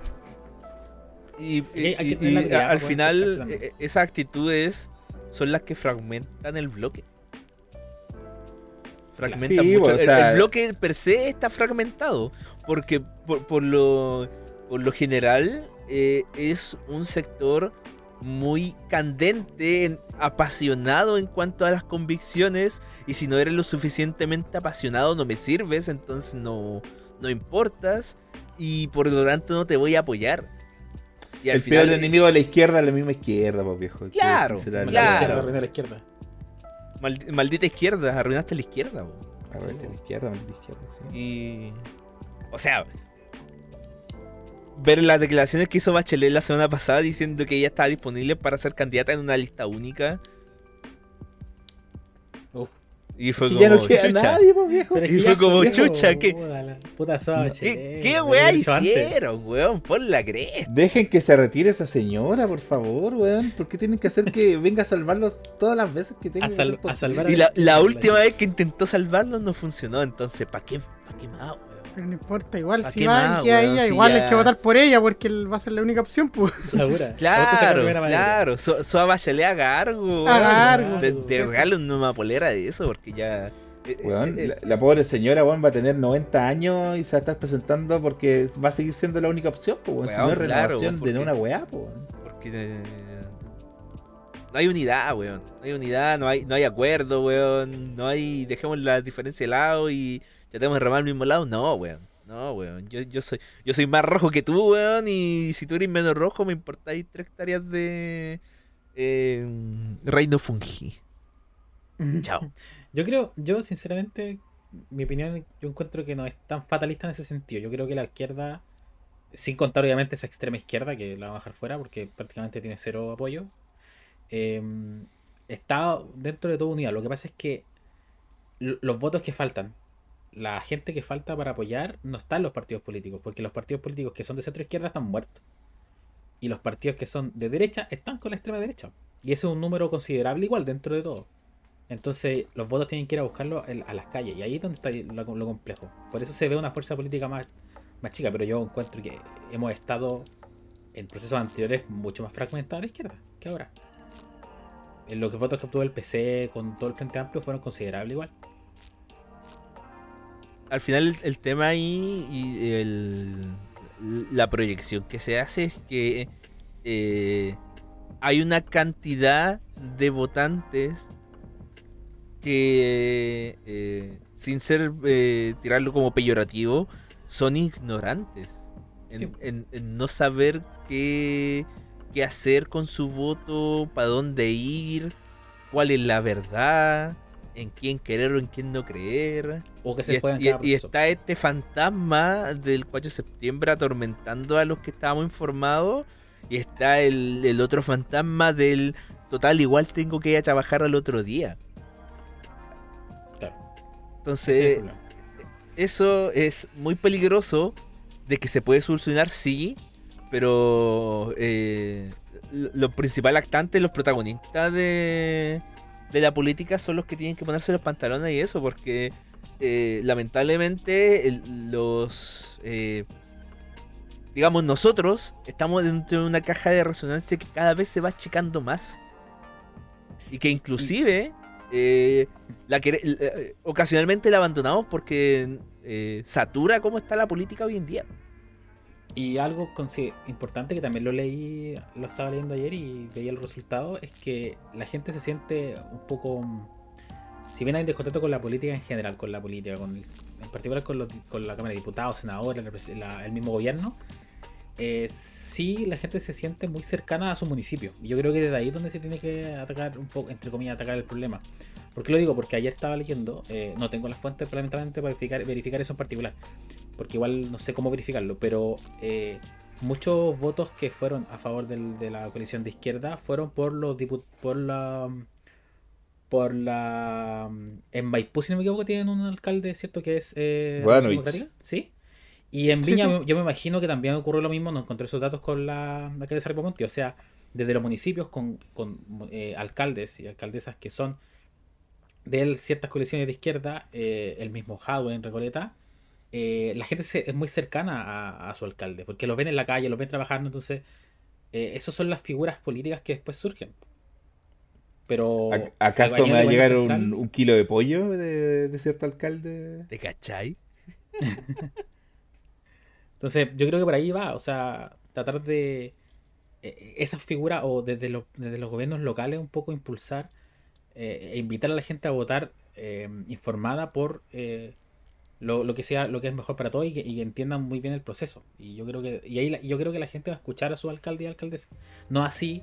Y,
Hay que tener la habilidad
al
para poder
final,
acercarse también.
esas actitudes son las que fragmentan el bloque. Fragmentan
Sí,
mucho.
o sea,
El bloque per se está fragmentado. Porque por lo general es un sector muy candente, apasionado en cuanto a las convicciones. Y si no eres lo suficientemente apasionado, no me sirves, entonces no importas. Y por lo tanto no te voy a apoyar. Y al
el
final,
peor enemigo de la izquierda es la misma izquierda, pues viejo. Hay que
Claro,
sincerarlo.
claro.
La izquierda.
Maldita izquierda, arruinaste la izquierda. Po.
Arruinaste la izquierda, maldita izquierda, sí.
Y. O sea. Ver las declaraciones que hizo Bachelet la semana pasada diciendo que ella estaba disponible para ser candidata en una lista única.
Uf.
Y fue
Que
como.
ya no queda
chucha.
nadie, pues viejo.
Pero es
Y
que
fue
ya,
como,
viejo,
chucha, ¿qué-
Puta soa,
¿Qué weá hicieron, weón? Por la cresta.
Dejen que se retire esa señora, por favor, weón. ¿Por qué tienen que hacer que venga a salvarlos todas las veces que tenga que ser
A
posible?
salvar
Y la última vez que intentó salvarlo no funcionó. Entonces, ¿para qué más, weón?
Pero no importa, igual
¿Pa'
si
qué
va
más,
y queda
weón?
ella,
Si
igual
ya-
hay que votar por ella porque va a ser la única opción, pues.
Segura.
Claro. Soa Bachelet haga algo, weón.
Haga algo.
De regale una polera de eso, porque ya.
Weón, la pobre señora, weón, va a tener 90 años y se va a estar presentando porque va a seguir siendo la única opción, pues, weón. Si no
Weón,
es renovación
claro,
de
porque-
una weá, pues, weón.
Porque no hay unidad, weón. No hay unidad, no hay acuerdo, weón. No hay. Dejemos la diferencia de lado y ya tenemos que remar al mismo lado. No, weón. No, weón. Yo soy más rojo que tú, weón. Y si tú eres menos rojo, me importáis 3 hectáreas de reino fungi. Chao.
Yo sinceramente, mi opinión, yo encuentro que no es tan fatalista en ese sentido. Yo creo que la izquierda, sin contar obviamente esa extrema izquierda, que la vamos a dejar fuera porque prácticamente tiene cero apoyo, está dentro de todo unida. Lo que pasa es que los votos que faltan, la gente que falta para apoyar, no está en los partidos políticos, porque los partidos políticos que son de centro izquierda están muertos. Y los partidos que son de derecha están con la extrema derecha. Y ese es un número considerable igual dentro de todo. Entonces los votos tienen que ir a buscarlo a las calles. Y ahí es donde está lo complejo. Por eso se ve una fuerza política más chica. Pero yo encuentro que hemos estado en procesos anteriores mucho más fragmentados a la izquierda que ahora. Los votos que obtuvo el PC con todo el Frente Amplio fueron considerables igual.
Al final el tema ahí y la proyección que se hace es que hay una cantidad de votantes que sin ser tirarlo como peyorativo son ignorantes en no saber qué hacer con su voto, para dónde ir, cuál es la verdad, en quién querer o en quién no creer.
O que se puedan
Y está este fantasma del 4 de septiembre atormentando a los que estábamos informados. Y está el otro fantasma del total, igual tengo que ir a trabajar al otro día.
Claro.
Entonces, eso es muy peligroso. De que se puede solucionar, sí. Pero los principales actantes, los protagonistas de la política son los que tienen que ponerse los pantalones y eso, porque lamentablemente digamos, nosotros estamos dentro de una caja de resonancia que cada vez se va achicando más y que inclusive ocasionalmente la abandonamos porque satura cómo está la política hoy en día.
Y algo importante que también lo estaba leyendo ayer y veía el resultado, es que la gente se siente un poco, si bien hay un descontento con la política en general, con la política, en particular con la Cámara de Diputados, senadores, el mismo gobierno, sí la gente se siente muy cercana a su municipio. Y yo creo que desde ahí es donde se tiene que atacar un poco, entre comillas, atacar el problema. ¿Por qué lo digo? Porque ayer estaba leyendo, no tengo las fuentes lamentablemente para verificar eso en particular, porque igual no sé cómo verificarlo, pero muchos votos que fueron a favor de la coalición de izquierda fueron en Maipú, si no me equivoco, tienen un alcalde, ¿cierto? Que es
Buenovich.
Democrática, ¿sí? Y en
Sí,
Viña
sí.
yo me imagino que también ocurrió lo mismo, no encontré esos datos con la alcaldesa Ripamonti, o sea, desde los municipios con alcaldes y alcaldesas que son de ciertas coaliciones de izquierda, el mismo Jadwe en Recoleta, la gente es muy cercana a su alcalde, porque los ven en la calle, los ven trabajando, entonces esas son las figuras políticas que después surgen. Pero a
¿Acaso me
nivel
va
de
a
gobierno
llegar
central,
un kilo de pollo de cierto alcalde?
¿Te cachai?
entonces yo creo que por ahí va, o sea, tratar de esas figuras o desde los gobiernos locales un poco impulsar e invitar a la gente a votar informada por lo que sea, lo que es mejor para todos y que entiendan muy bien el proceso. Y yo creo que yo creo que la gente va a escuchar a su alcalde y alcaldesa, no así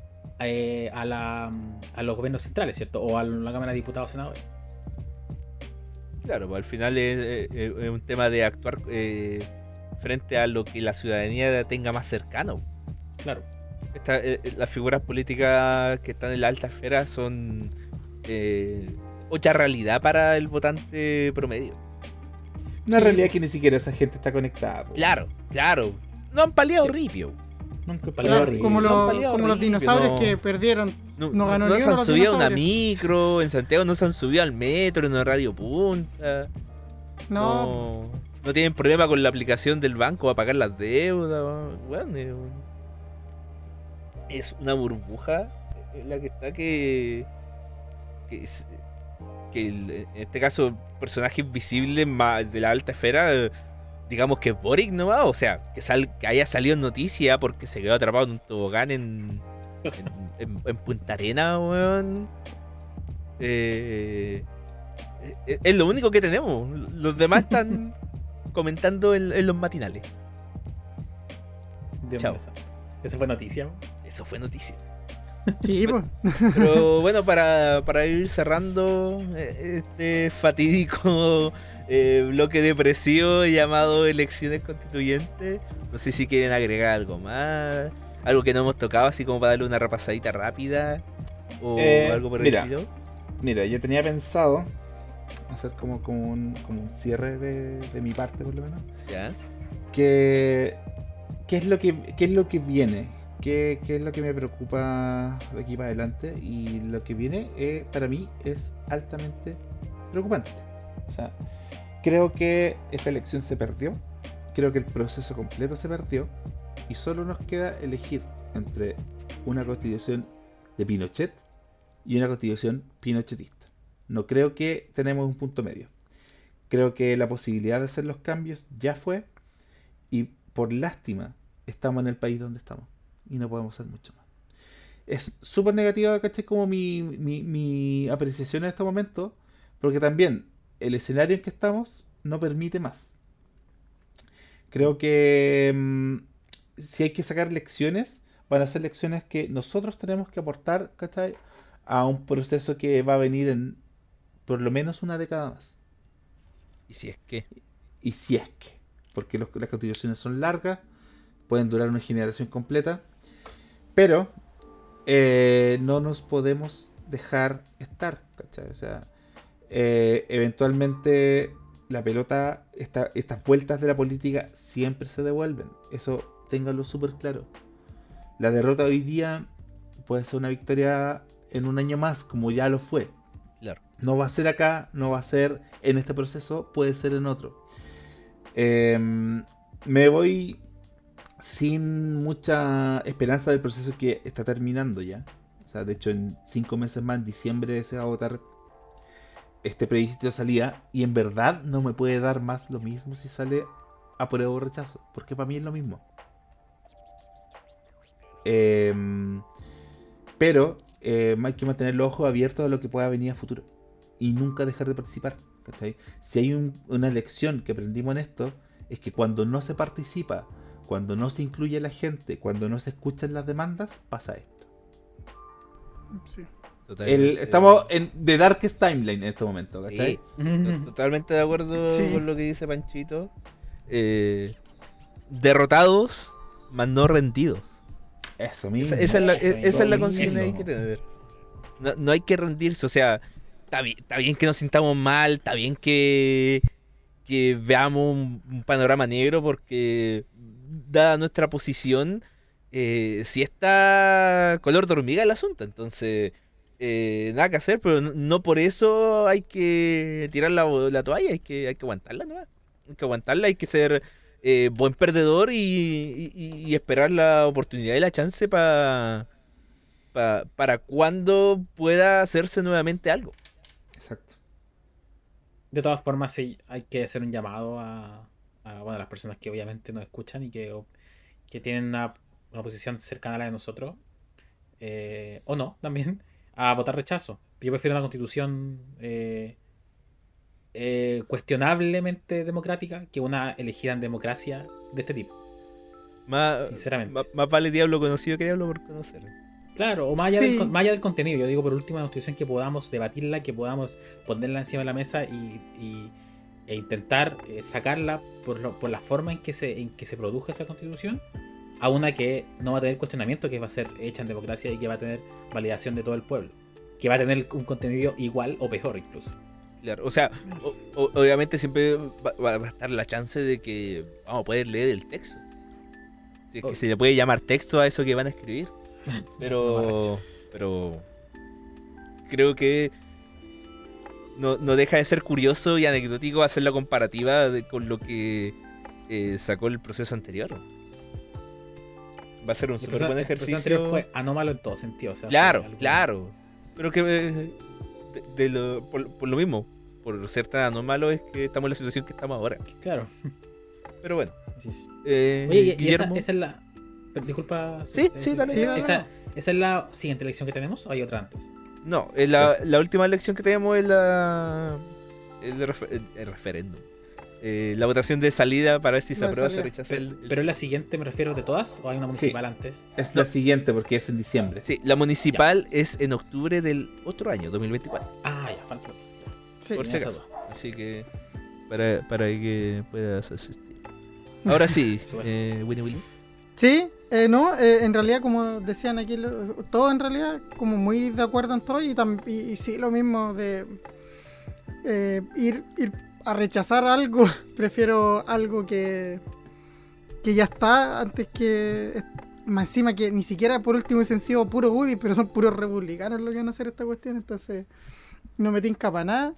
a los gobiernos centrales, ¿cierto? O a la Cámara de Diputados, senadores.
Claro, pues al final es un tema de actuar frente a lo que la ciudadanía tenga más cercano.
Claro.
Las figuras políticas que están en la alta esfera son otra realidad para el votante promedio.
Una realidad que ni siquiera esa gente está conectada. Po.
Claro, claro. No han paliado ripio.
Nunca
Claro,
peleado
Como,
No han
los
paliado
como los
horrible,
dinosaurios
no.
que perdieron. No ganó
no
ni
se
uno
han
los
subido a una
dinosaurios.
micro, en Santiago no se han subido al metro, en horario punta.
No,
No tienen problema con la aplicación del banco para pagar las deudas. Bueno, es una burbuja en la que está en este caso personajes visibles de la alta esfera, digamos que es Boric nomás, o sea, que haya salido en noticia porque se quedó atrapado en un tobogán en Punta Arena, weón. Es lo único que tenemos. Los demás están comentando en los matinales.
Dios
Chao.
mío, esa fue noticia.
Eso fue noticia.
sí, pues.
Pero bueno, para ir cerrando este fatídico bloque depresivo llamado elecciones constituyentes, no sé si quieren agregar algo más, algo que no hemos tocado, así como para darle una repasadita rápida o algo por el
mira.
estilo.
Mira, yo tenía pensado hacer como un cierre de mi parte, por lo menos.
Ya.
¿Qué es lo que viene? ¿Qué es lo que me preocupa de aquí para adelante? Y lo que viene para mí es altamente preocupante. O sea, creo que esta elección se perdió. Creo que el proceso completo se perdió. Y solo nos queda elegir entre una constitución de Pinochet y una constitución pinochetista. No creo que tenemos un punto medio. Creo que la posibilidad de hacer los cambios ya fue. Y por lástima, estamos en el país donde estamos. Y no podemos hacer mucho más. Es súper negativa, ¿cachai? Como mi apreciación en este momento. Porque también el escenario en que estamos no permite más. Creo que si hay que sacar lecciones, van a ser lecciones que nosotros tenemos que aportar, ¿cachai? A un proceso que va a venir en por lo menos una década más.
Y si es que.
Y si es que. Porque las constituciones son largas, pueden durar una generación completa. Pero no nos podemos dejar estar, ¿cachai? O sea, eventualmente la pelota, estas vueltas de la política siempre se devuelven. Eso ténganlo súper claro. La derrota hoy día puede ser una victoria en un año más, como ya lo fue.
Claro.
No va a ser acá, no va a ser en este proceso, puede ser en otro. Me voy sin mucha esperanza del proceso que está terminando ya. O sea, de hecho, en 5 meses más, en diciembre, se va a votar este plebiscito de salida. Y en verdad no me puede dar más lo mismo si sale apruebo o rechazo. Porque para mí es lo mismo. Pero hay que mantener los ojos abiertos a lo que pueda venir a futuro. Y nunca dejar de participar. ¿Cachai? Si hay una lección que aprendimos en esto, es que cuando no se participa, cuando no se incluye a la gente, cuando no se escuchan las demandas, pasa esto.
Sí.
Estamos en The Darkest Timeline en este momento, ¿cachai?
Sí, totalmente de acuerdo
Sí.
con lo que dice Panchito. Derrotados, mas no rendidos.
Eso mismo.
Esa es la
Eso
consigna que hay
mismo.
que tener. No hay que rendirse, o sea, está bien que nos sintamos mal, está bien que que veamos un panorama negro porque, dada nuestra posición, sí está color de hormiga el asunto. Entonces, nada que hacer, pero no por eso hay que tirar la toalla, hay que aguantarla, ¿no? Hay que aguantarla, hay que ser buen perdedor y esperar la oportunidad y la chance para cuando pueda hacerse nuevamente algo.
Exacto.
De todas formas, sí, hay que hacer un llamado bueno, a las personas que obviamente nos escuchan y que tienen una posición cercana a la de nosotros, o no, también, a votar rechazo. Yo prefiero una constitución cuestionablemente democrática que una elegida en democracia de este tipo, sinceramente.
Más vale diablo conocido que diablo por conocer.
Claro, o más allá,
Sí.
más allá del contenido. Yo digo, por último, una constitución que podamos debatirla, que podamos ponerla encima de la mesa e intentar sacarla por la forma en que se produjo esa constitución, a una que no va a tener cuestionamiento, que va a ser hecha en democracia y que va a tener validación de todo el pueblo, que va a tener un contenido igual o peor incluso.
Claro, o sea, obviamente siempre va a estar la chance de que vamos a poder leer el texto. Si es que se le puede llamar texto a eso que van a escribir. Pero creo que no deja de ser curioso y anecdótico hacer la comparativa con lo que sacó el proceso anterior. Va a ser un súper buen
El proceso anterior
ejercicio.
fue anómalo en todo sentido. O sea,
Claro,
fue algo-
claro. Pero que por lo mismo, por ser tan anómalo, es que estamos en la situación que estamos ahora.
Claro.
Pero bueno.
Así es. Oye, y
Guillermo.
esa es la... Disculpa.
Sí, dale.
Sí, dale.
Esa es la siguiente elección que tenemos, o hay otra antes.
No, la última elección que tenemos es el referéndum. La votación de salida para ver si se
La
aprueba o se
salida.
rechaza el...
Pero es la siguiente, me refiero, de todas, o hay una municipal antes.
Es la siguiente porque es en diciembre.
Sí, la municipal es en octubre del otro año, 2024.
Ah, ya, falta.
Sí.
Por si
tenía
acaso.
esa duda.
Así que para que puedas asistir. Ahora sí, Winnie Willy.
Sí, no, en realidad como decían aquí, todo en realidad como muy de acuerdo en todo y sí, lo mismo de ir a rechazar algo, prefiero algo que ya está antes que, más encima que ni siquiera por último hubiesen sido puro UDI, pero son puros republicanos los que van a hacer esta cuestión, entonces no me tinca para nada.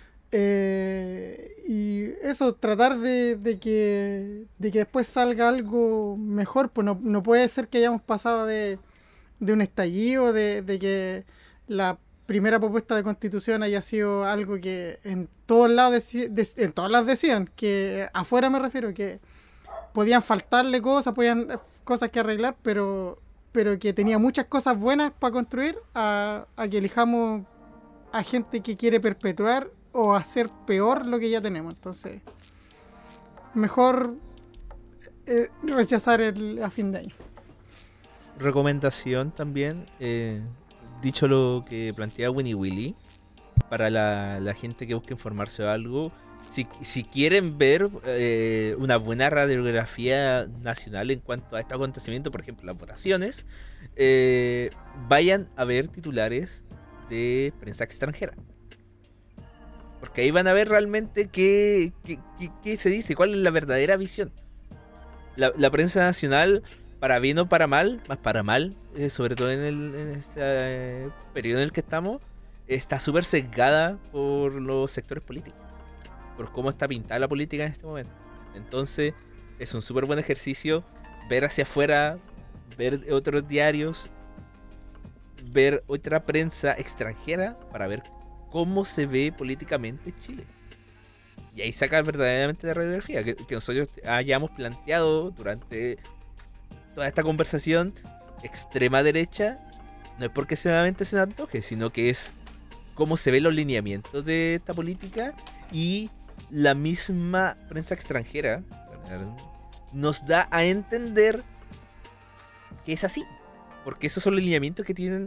Y eso, tratar de que después salga algo mejor, pues no puede ser que hayamos pasado de un estallido, de que la primera propuesta de constitución haya sido algo que en todos lados en todas las decían, que afuera me refiero, que podían faltarle cosas, podían cosas que arreglar, pero que tenía muchas cosas buenas para construir, a que elijamos a gente que quiere perpetuar o hacer peor lo que ya tenemos. Entonces, mejor rechazar a fin de año.
Recomendación también, dicho lo que plantea Winnie Willy, para la gente que busque informarse o algo, si quieren ver una buena radiografía nacional en cuanto a este acontecimiento, por ejemplo las votaciones, vayan a ver titulares de prensa extranjera. Porque ahí van a ver realmente qué se dice, cuál es la verdadera visión. La prensa nacional, para bien o para mal, más para mal, sobre todo en este periodo en el que estamos, está súper sesgada por los sectores políticos, por cómo está pintada la política en este momento. Entonces es un súper buen ejercicio ver hacia afuera, ver otros diarios, ver otra prensa extranjera para ver cómo se ve políticamente Chile. Y ahí saca verdaderamente la radiografía que nosotros hayamos planteado durante toda esta conversación. Extrema derecha no es porque solamente se nos antoje, sino que es cómo se ven los lineamientos de esta política, y la misma prensa extranjera nos da a entender que es así, porque esos son los lineamientos que tienen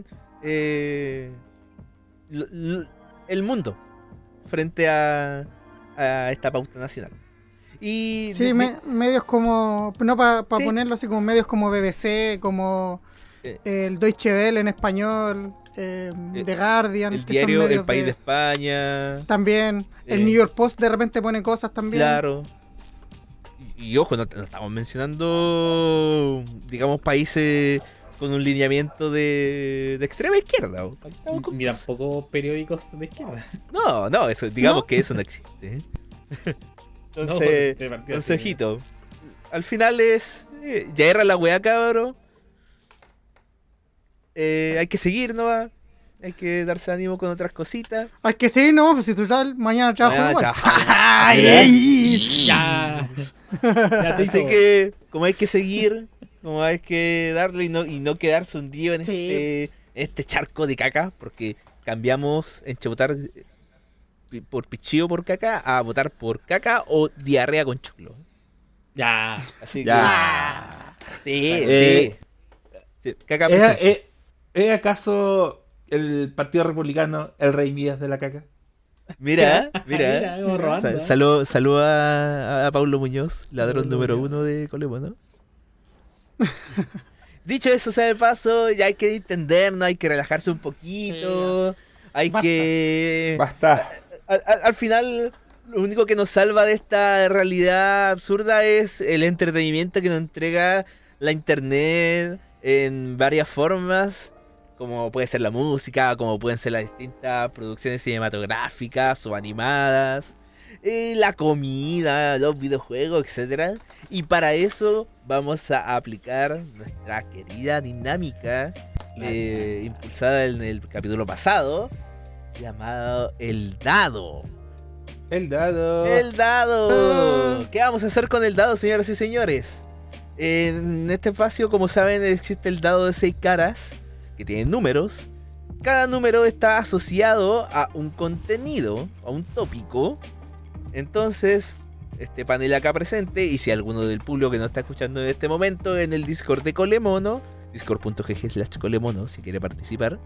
el mundo frente a esta pauta nacional. Y
Sí, medios como, no para ponerlo así, como medios como BBC, como el Deutsche Welle en español, The Guardian,
El
que
diario
son medios
El País de España.
También, el New York Post de repente pone cosas también.
Claro. Y ojo, no estamos mencionando, digamos, países con un lineamiento de extrema izquierda.
Ni tampoco periódicos de izquierda.
No, eso, digamos
¿No?
que eso no existe.
No,
Entonces,
de partida
entonces,
sí.
ojito. Al final es. Ya era la weá, cabrón. Hay que seguir, ¿no? Va? Hay que darse ánimo con otras cositas.
Hay que sí, no, pues si tú tal, mañana trabajo
Mañana
igual.
trabajo.
Ay,
Ya. Ya,
Así
Tico.
que, como hay que seguir, como hay que darle y no quedarse hundido en
Sí.
este charco de caca, porque cambiamos en votar por pichío por caca a votar por caca o diarrea con choclo.
Ya.
Así
Ya.
que. Sí. Caca presente.
¿Es acaso el Partido Republicano el rey Midas de la caca?
Mira.
Mira, como robando,
Saludo a Paulo Muñoz, ladrón
Paulo
número
Muñoz.
1 de Colemo, ¿no? Dicho eso, sea de paso, ya hay que entendernos, hay que relajarse un poquito, hay
Basta.
que...
Basta.
Al final, lo único que nos salva de esta realidad absurda es el entretenimiento que nos entrega la internet en varias formas, como puede ser la música, como pueden ser las distintas producciones cinematográficas o animadas, la comida, los videojuegos, etcétera. Y para eso vamos a aplicar nuestra querida dinámica impulsada en el capítulo pasado, llamado El Dado.
El dado.
¡El dado! ¿Qué vamos a hacer con el dado, señoras y señores? En este espacio, como saben, existe el dado de 6 caras, que tienen números. Cada número está asociado a un contenido, a un tópico. Entonces, este panel acá presente, y si alguno del público que nos está escuchando en este momento en el Discord de Colemono, discord.gg/colemono, si quiere participar,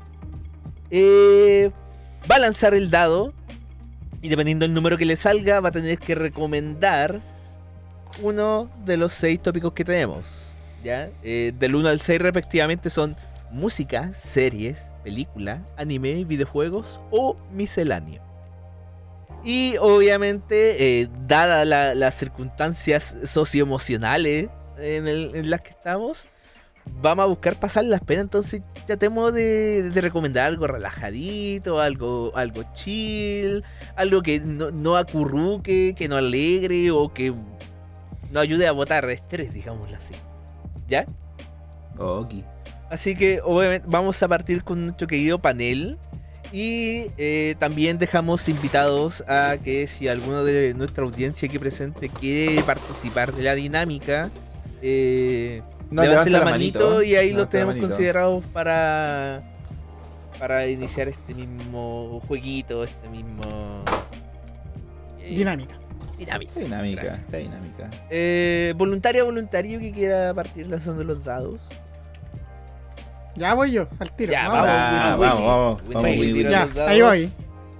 va a lanzar el dado. Y dependiendo del número que le salga, va a tener que recomendar uno de los 6 tópicos que tenemos. ¿Ya? Del 1 al 6 respectivamente son música, series, película, anime, videojuegos o misceláneo. Y obviamente, dadas las circunstancias socioemocionales en las que estamos, vamos a buscar pasar las penas. Entonces tratemos de recomendar algo relajadito, algo chill, algo que no acurruque, que no alegre o que nos ayude a botar estrés, digámoslo así. ¿Ya?
Ok.
Así que obviamente vamos a partir con nuestro querido panel. Y también dejamos invitados a que si alguno de nuestra audiencia aquí presente quiere participar de la dinámica, levante la manito y ahí lo tenemos considerados para iniciar este mismo jueguito, este mismo...
dinámica.
Dinámica.
Dinámica,
Gracias.
dinámica.
Voluntario que quiera partir lanzando los dados.
Ya voy yo, al tiro.
Ya,
Vamos.
Ah,
Willy,
vamos,
Willy,
vamos,
Willy,
Willy.
tira
Ya,
los dados.
ahí voy.
Ahí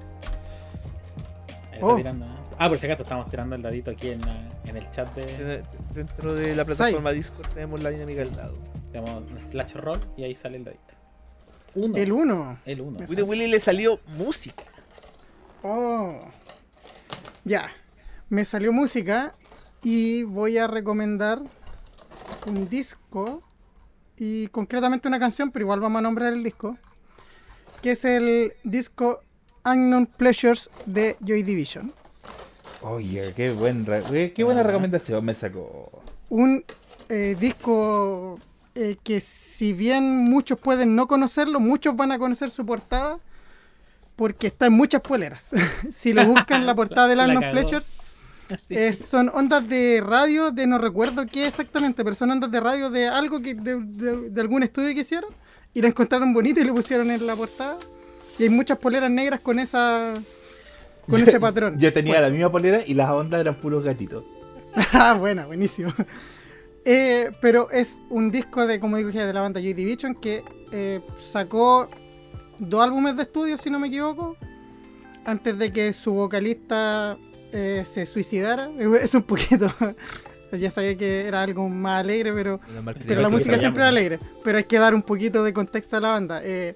está
Oh.
tirando, ¿eh? Ah, por si acaso estamos tirando el dadito aquí en el chat de.
Dentro de la plataforma Discord tenemos la dinámica del dado.
Tenemos un slash roll y ahí sale el dadito. Uno.
El 1.
El uno.
Willy le salió música.
Oh. Ya. Me salió música y voy a recomendar un disco y concretamente una canción, pero igual vamos a nombrar el disco, que es el disco Unknown Pleasures de Joy Division.
Oye, qué buena recomendación me sacó.
Un disco que si bien muchos pueden no conocerlo, muchos van a conocer su portada porque está en muchas poleras. Si lo buscan, la portada del
La
Unknown
cagó.
Pleasures
Sí.
son ondas de radio, de no recuerdo qué exactamente, pero son ondas de radio de algo que de algún estudio que hicieron y la encontraron bonita y le pusieron en la portada. Y hay muchas poleras negras con ese patrón.
Yo tenía
Bueno.
la misma polera y las ondas eran puros gatitos.
Ah, bueno, buenísimo. Pero es un disco de, como dije, de la banda Joy Division que sacó 2 álbumes de estudio, si no me equivoco, antes de que su vocalista se suicidara. Es un poquito... Ya sabía que era algo más alegre, pero la música siempre es alegre. Pero hay que dar un poquito de contexto a la banda.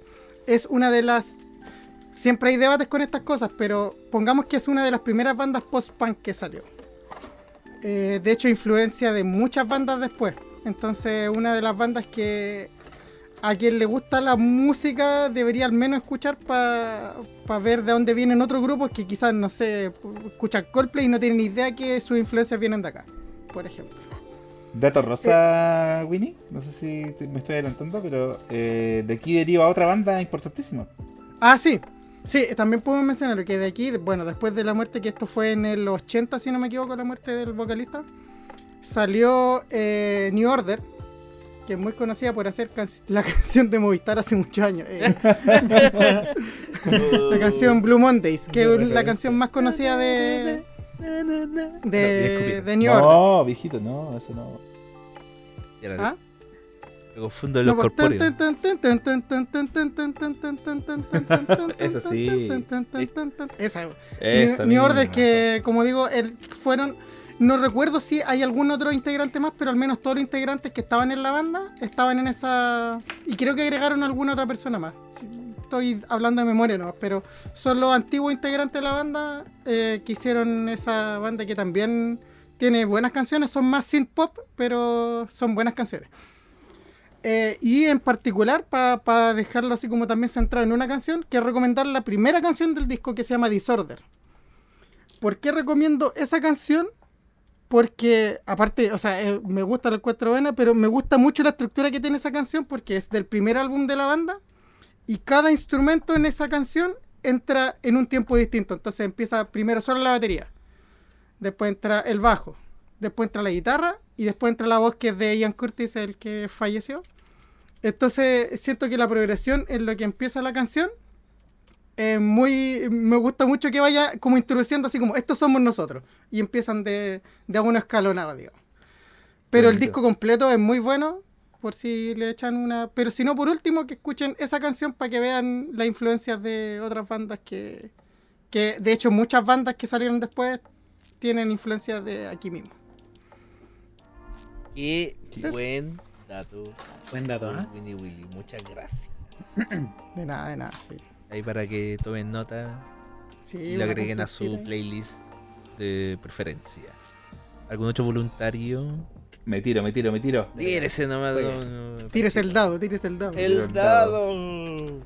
es una de las... Siempre hay debates con estas cosas, pero pongamos que es una de las primeras bandas post-punk que salió. De hecho, influencia de muchas bandas después. Entonces, una de las bandas que a quien le gusta la música debería al menos escuchar para ver de dónde vienen otros grupos que quizás, no sé, escuchan Coldplay y no tienen idea que sus influencias vienen de acá, por ejemplo.
Dato rosa, Winnie. No sé si me estoy adelantando, pero de aquí deriva otra banda importantísima.
Ah, sí. Sí, también podemos mencionar que de aquí, bueno, después de la muerte, que esto fue en el 80, si no me equivoco, la muerte del vocalista, salió New Order, que es muy conocida por hacer la canción de Movistar hace muchos años. La canción Blue Mondays, que es la canción más conocida de New Order.
No, viejito, no, eso no.
¿Ah?
Me confundo los corpóreos.
Eso sí.
Esa.
Esa
New Order,
misma,
que como digo, fueron... No recuerdo si hay algún otro integrante más, pero al menos todos los integrantes que estaban en la banda estaban en esa... Y creo que agregaron alguna otra persona más. Estoy hablando de memoria, ¿no? Pero son los antiguos integrantes de la banda que hicieron esa banda, que también tiene buenas canciones. Son más synth pop, pero son buenas canciones. Y en particular, para dejarlo así como también centrado en una canción, quiero recomendar la primera canción del disco, que se llama Disorder. ¿Por qué recomiendo esa canción? Porque, aparte, o sea, me gusta la encuentro buena, pero me gusta mucho la estructura que tiene esa canción, porque es del primer álbum de la banda, y cada instrumento en esa canción entra en un tiempo distinto. Entonces empieza primero solo la batería, después entra el bajo, después entra la guitarra, y después entra la voz, que es de Ian Curtis, el que falleció. Entonces siento que la progresión en lo que empieza la canción me gusta mucho que vaya como introduciendo así como estos somos nosotros, y empiezan de alguna escalonada, digamos. Pero el disco completo es muy bueno, por si le echan una... Pero si no, por último, que escuchen esa canción para que vean las influencias de otras bandas que de hecho muchas bandas que salieron después tienen influencias de aquí mismo.
Qué buen dato.
Buen dato, ¿eh?
Winnie Willy, muchas gracias.
De nada, sí.
Ahí para que tomen nota
Sí,
y lo agreguen a su playlist de preferencia. ¿Algún otro voluntario?
Me tiro.
Tírese nomás.
Tírese el dado.
El dado.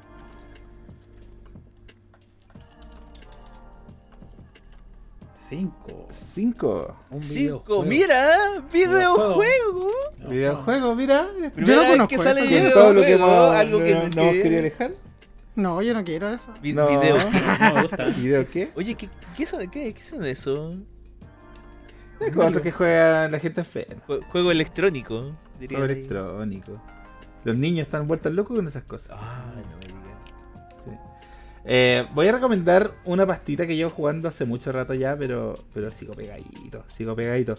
5.
Cinco, mira, videojuego.
Videojuego, mira.
Yo no conozco
que sale
eso.
videojuego,
Todo lo que hemos,
algo que
no hemos querido dejar.
No, yo no quiero eso.
No.
Video.
No me gusta.
¿Video qué?
Oye, ¿qué son eso?
Hay cosas que juegan la gente enferma.
Juego electrónico, diría.
Juego
ahí.
electrónico. Los niños están vueltos locos con esas cosas.
Ah, no me digas.
Sí. Voy a recomendar una pastita que llevo jugando hace mucho rato ya, pero sigo pegadito.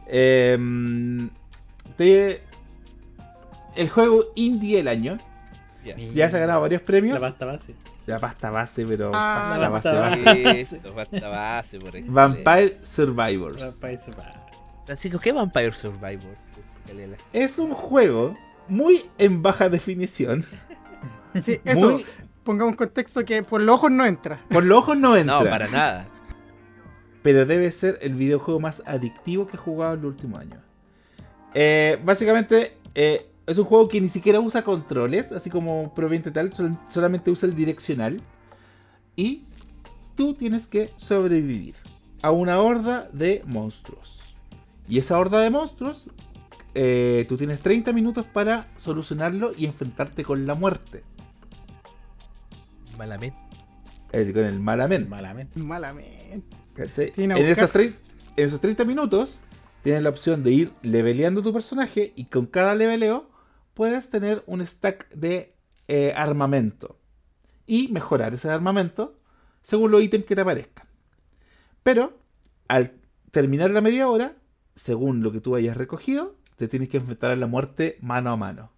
El juego indie del año. Ya se ha ganado varios premios.
La pasta base.
Pero
Ah,
la
la
base
pasta
base.
Esto, basta base por excelencia.
Vampire Survivors.
Francisco, ¿qué Vampire Survivor?
Es un juego muy en baja definición.
Sí, eso.
Muy-
Pongamos en contexto que por los ojos no entra.
Por los ojos no entra.
No, para nada.
Pero debe ser el videojuego más adictivo que he jugado en los últimos años. Básicamente, es un juego que ni siquiera usa controles, así como propiamente tal, solamente usa el direccional. Y tú tienes que sobrevivir a una horda de monstruos. Y esa horda de monstruos, tú tienes 30 minutos para solucionarlo y enfrentarte con la muerte.
Malamente.
Con el malamente.
Malamente.
¿Cachai?
Tiene
En
que buscar.
esos 30 minutos tienes la opción de ir leveleando tu personaje, y con cada leveleo puedes tener un stack de armamento y mejorar ese armamento según los ítems que te aparezcan. Pero al terminar la media hora, según lo que tú hayas recogido, te tienes que enfrentar a la muerte mano a mano.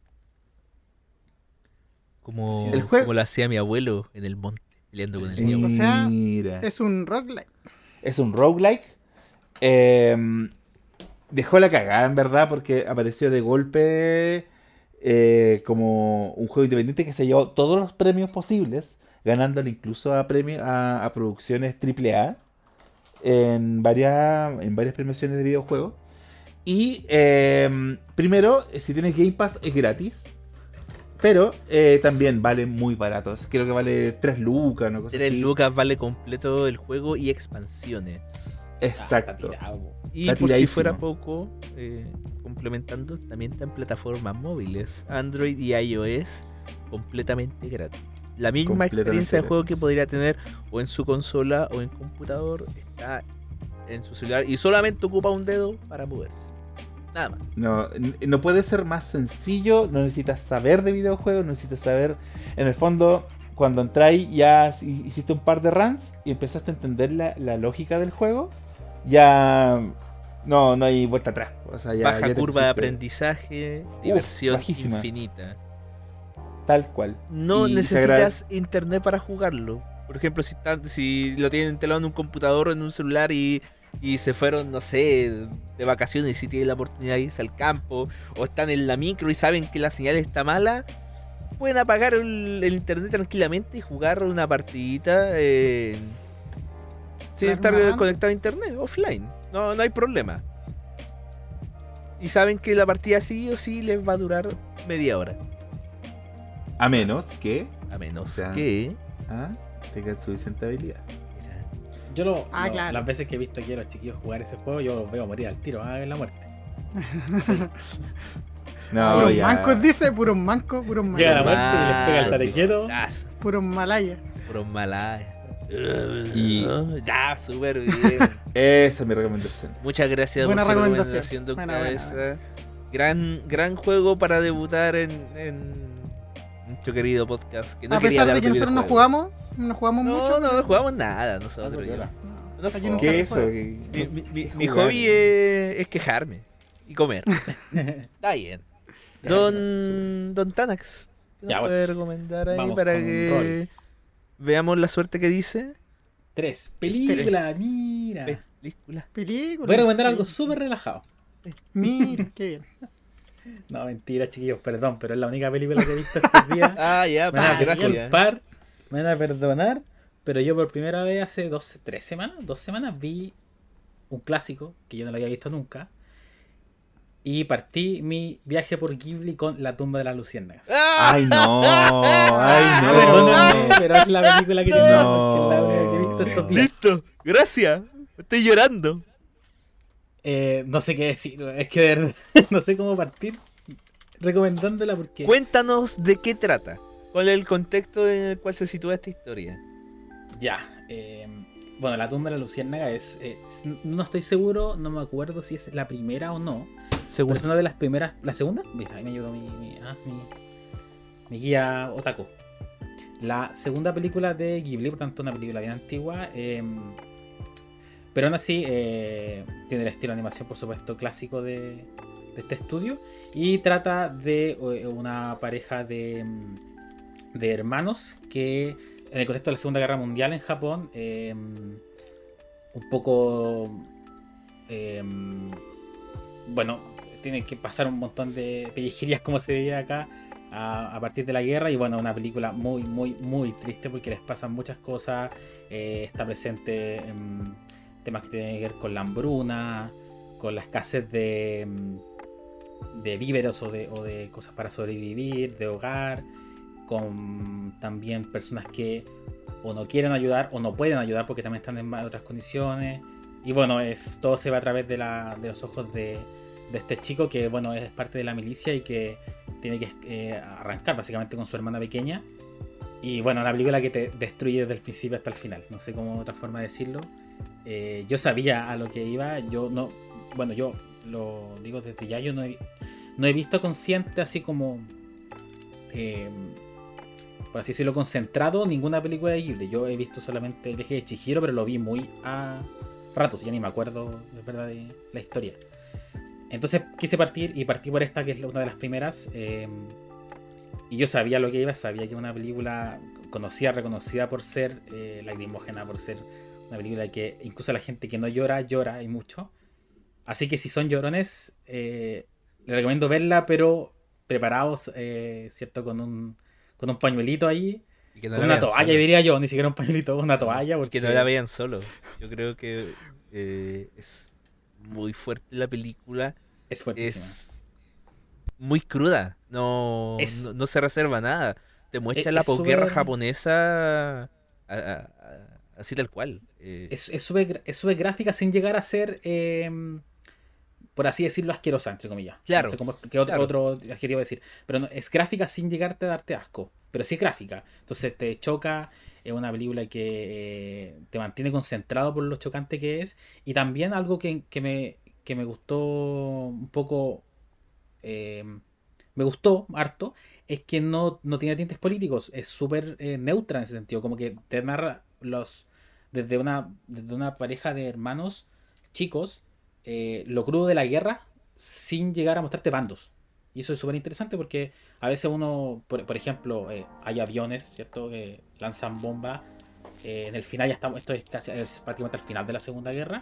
Como,
El juego-
como lo hacía mi abuelo en el monte, peleando con el diablo.
O sea,
Mira.
es un roguelike.
Es un roguelike. Dejó la cagada, en verdad, porque apareció de golpe como un juego independiente que se llevó todos los premios posibles, ganándole incluso a producciones AAA en varias premiaciones de videojuegos. Y primero, si tienes Game Pass es gratis, pero también vale muy barato. Creo que vale 3 lucas, una cosa
3
así.
lucas vale completo el juego y expansiones.
Exacto.
Y
Está
por si
tiradísimo.
fuera poco, complementando, también está en plataformas móviles, Android y iOS, completamente gratis. La misma
Completamente
experiencia de juego que
gratis.
podría tener o en su consola o en computador, está en su celular y solamente ocupa un dedo para moverse. Nada más.
No puede ser más sencillo, no necesitas saber de videojuegos, no necesitas saber, en el fondo, cuando entráis ya hiciste un par de runs y empezaste a entender la lógica del juego, ya no hay vuelta atrás. O sea, ya
Baja
te
curva de
pusiste
aprendizaje, diversión
bajísima.
infinita.
tal cual.
No
Y se
necesitas internet para jugarlo. Por ejemplo, si lo tienen instalado en un computador o en un celular y se fueron, no sé, de vacaciones y si tienen la oportunidad de irse al campo o están en la micro y saben que la señal está mala, pueden apagar el internet tranquilamente y jugar una partidita sin estar
Claro,
conectado a internet, offline. No hay problema. Y saben que la partida sí o sí les va a durar media hora.
A menos que
A menos
O sea,
que...
tengan suficiente habilidad.
Mira,
claro.
Las veces que he visto aquí a los chiquillos jugar ese juego, yo los veo morir al tiro, en la muerte.
No,
Puros
ya.
mancos, dice, puros mancos,
Llega la
malayas.
muerte y les pega el
Mal,
tarequero.
golazo,
Puros malayas.
puro malaya.
Y-
Ya, súper bien.
Esa es mi recomendación.
Muchas gracias
Buena
por su
recomendación.
recomendación, don
Buena,
Cabeza. Gran juego para debutar en nuestro querido podcast. Que no
A
quería
pesar de
hablar
que nosotros
videojuegos.
no jugamos mucho.
No jugamos nada nosotros.
Ah,
ya.
No,
No
aquí
fue.
nunca
¿Qué
se
es eso?
juega.
Mi hobby es quejarme y comer. Está bien. Don Tanax, ¿qué nos
Ya,
puede recomendar ahí
vamos
para
con
que veamos la suerte que dice?
3 películas,
Tres.
mira.
Película.
Película.
Voy a recomendar algo súper relajado.
Mira, qué bien.
No, mentira, chiquillos, perdón, pero es la única película que he visto estos días.
Ah, ya,
Me van a
pues, gracias.
disculpar, me van a perdonar, pero yo por primera vez hace 2 semanas vi un clásico que yo no lo había visto nunca. Y partí mi viaje por Ghibli con La tumba de las luciérnagas.
¡Ah!
Ay, no. Ay, no.
Perdónenme, pero es la película que tenía
No.
porque es la única que he visto estos días.
Listo, gracias. Estoy llorando.
No sé qué decir, es que de verdad, no sé cómo partir recomendándola porque...
Cuéntanos de qué trata. ¿Cuál es el contexto en el cual se sitúa esta historia?
Ya, bueno, La tumba de la luciérnaga no estoy seguro, no me acuerdo si es la primera o no. Pero es una de las primeras. ¿La segunda? Mira, ahí me ayudó mi guía otaku. La segunda película de Ghibli, por tanto una película bien antigua. Pero aún así tiene el estilo de animación, por supuesto, clásico de este estudio. Y trata de una pareja de hermanos que en el contexto de la Segunda Guerra Mundial en Japón, un poco... bueno, tienen que pasar un montón de pellejerías, como se diría acá, a partir de la guerra. Y bueno, una película muy, muy, muy triste porque les pasan muchas cosas. Está presente temas que tienen que ver con la hambruna, con la escasez de víveres o de cosas para sobrevivir, de hogar, con también personas que o no quieren ayudar o no pueden ayudar porque también están en otras condiciones. Y bueno, todo se va a través de los ojos de este chico que, bueno, es parte de la milicia y que tiene que arrancar básicamente con su hermana pequeña. Y bueno, una película que te destruye desde el principio hasta el final. No sé cómo otra forma de decirlo. Yo sabía a lo que iba. Yo lo digo desde ya, yo no he visto consciente así como... por así decirlo, concentrado ninguna película de Ghibli. Yo he visto solamente El viaje de Chihiro, pero lo vi muy a ratos, ya ni me acuerdo de verdad de la historia. Entonces quise partir por esta, que es una de las primeras. Y yo sabía lo que iba, sabía que era una película conocida, reconocida por ser lacrimógena, por ser una película que incluso la gente que no llora y mucho. Así que si son llorones, les recomiendo verla, pero preparados, ¿cierto? Con un pañuelito ahí.
Y que no
Con
la
una
vean
toalla,
solo.
diría yo, ni siquiera un pañuelito, una toalla.
Que
Porque
no la vean solo. Yo creo que es muy fuerte la película.
es fuertísima.
Es muy cruda. No se reserva nada. Te muestra la
es
posguerra
súper-
japonesa así tal cual.
Es súper gráfica sin llegar a ser, por así decirlo, asquerosa, entre comillas.
Claro,
No sé qué
claro.
otro adjetivo decir. Pero es gráfica sin llegarte a darte asco. Pero sí es gráfica. Entonces te choca. Es una película que te mantiene concentrado por lo chocante que es. Y también algo que me gustó un poco. eh, Me gustó harto. Es que no tiene tintes políticos. Es súper neutra en ese sentido. Como que te narra desde una pareja de hermanos chicos, lo crudo de la guerra sin llegar a mostrarte bandos. Y eso es súper interesante porque a veces uno, por ejemplo, hay aviones, ¿cierto? Que lanzan bombas. En el final ya estamos, esto es prácticamente al final de la Segunda Guerra.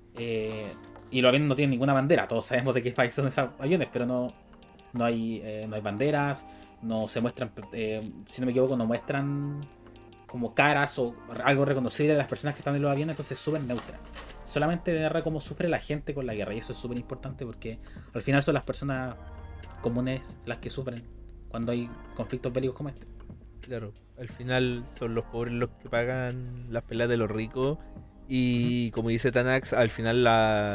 Y los aviones no tienen ninguna bandera. Todos sabemos de qué país son esos aviones, pero no hay banderas. No se muestran, si no me equivoco, no muestran como caras o algo reconocible de las personas que están en los aviones, entonces es súper neutra. Solamente narra cómo sufre la gente con la guerra, y eso es súper importante porque al final son las personas comunes las que sufren cuando hay conflictos bélicos como este.
Claro, al final son los pobres los que pagan las pelas de los ricos. Y como dice Tanax, al final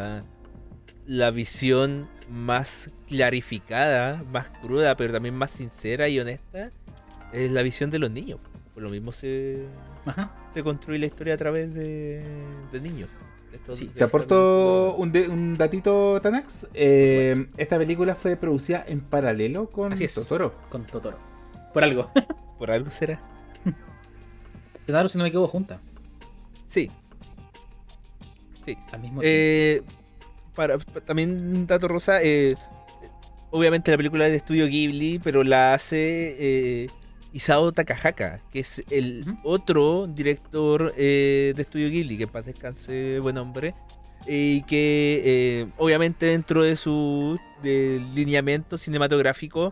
la visión más clarificada, más cruda, pero también más sincera y honesta, es la visión de los niños. Por lo mismo se
Ajá.
construye la historia a través de niños.
Sí.
Te aporto un datito, Tanax. Esta película fue producida en paralelo con
Así es.
Totoro.
Con Totoro. Por algo.
Por algo será.
Claro, si no me equivoco, junta.
Sí. Sí.
Al mismo tiempo.
También un dato rosa. Obviamente la película es de estudio Ghibli, pero la hace Isao Takahata, que es el
Ujú.
otro director de estudio Ghibli, que en paz descanse, buen hombre. Y que obviamente dentro de su lineamiento cinematográfico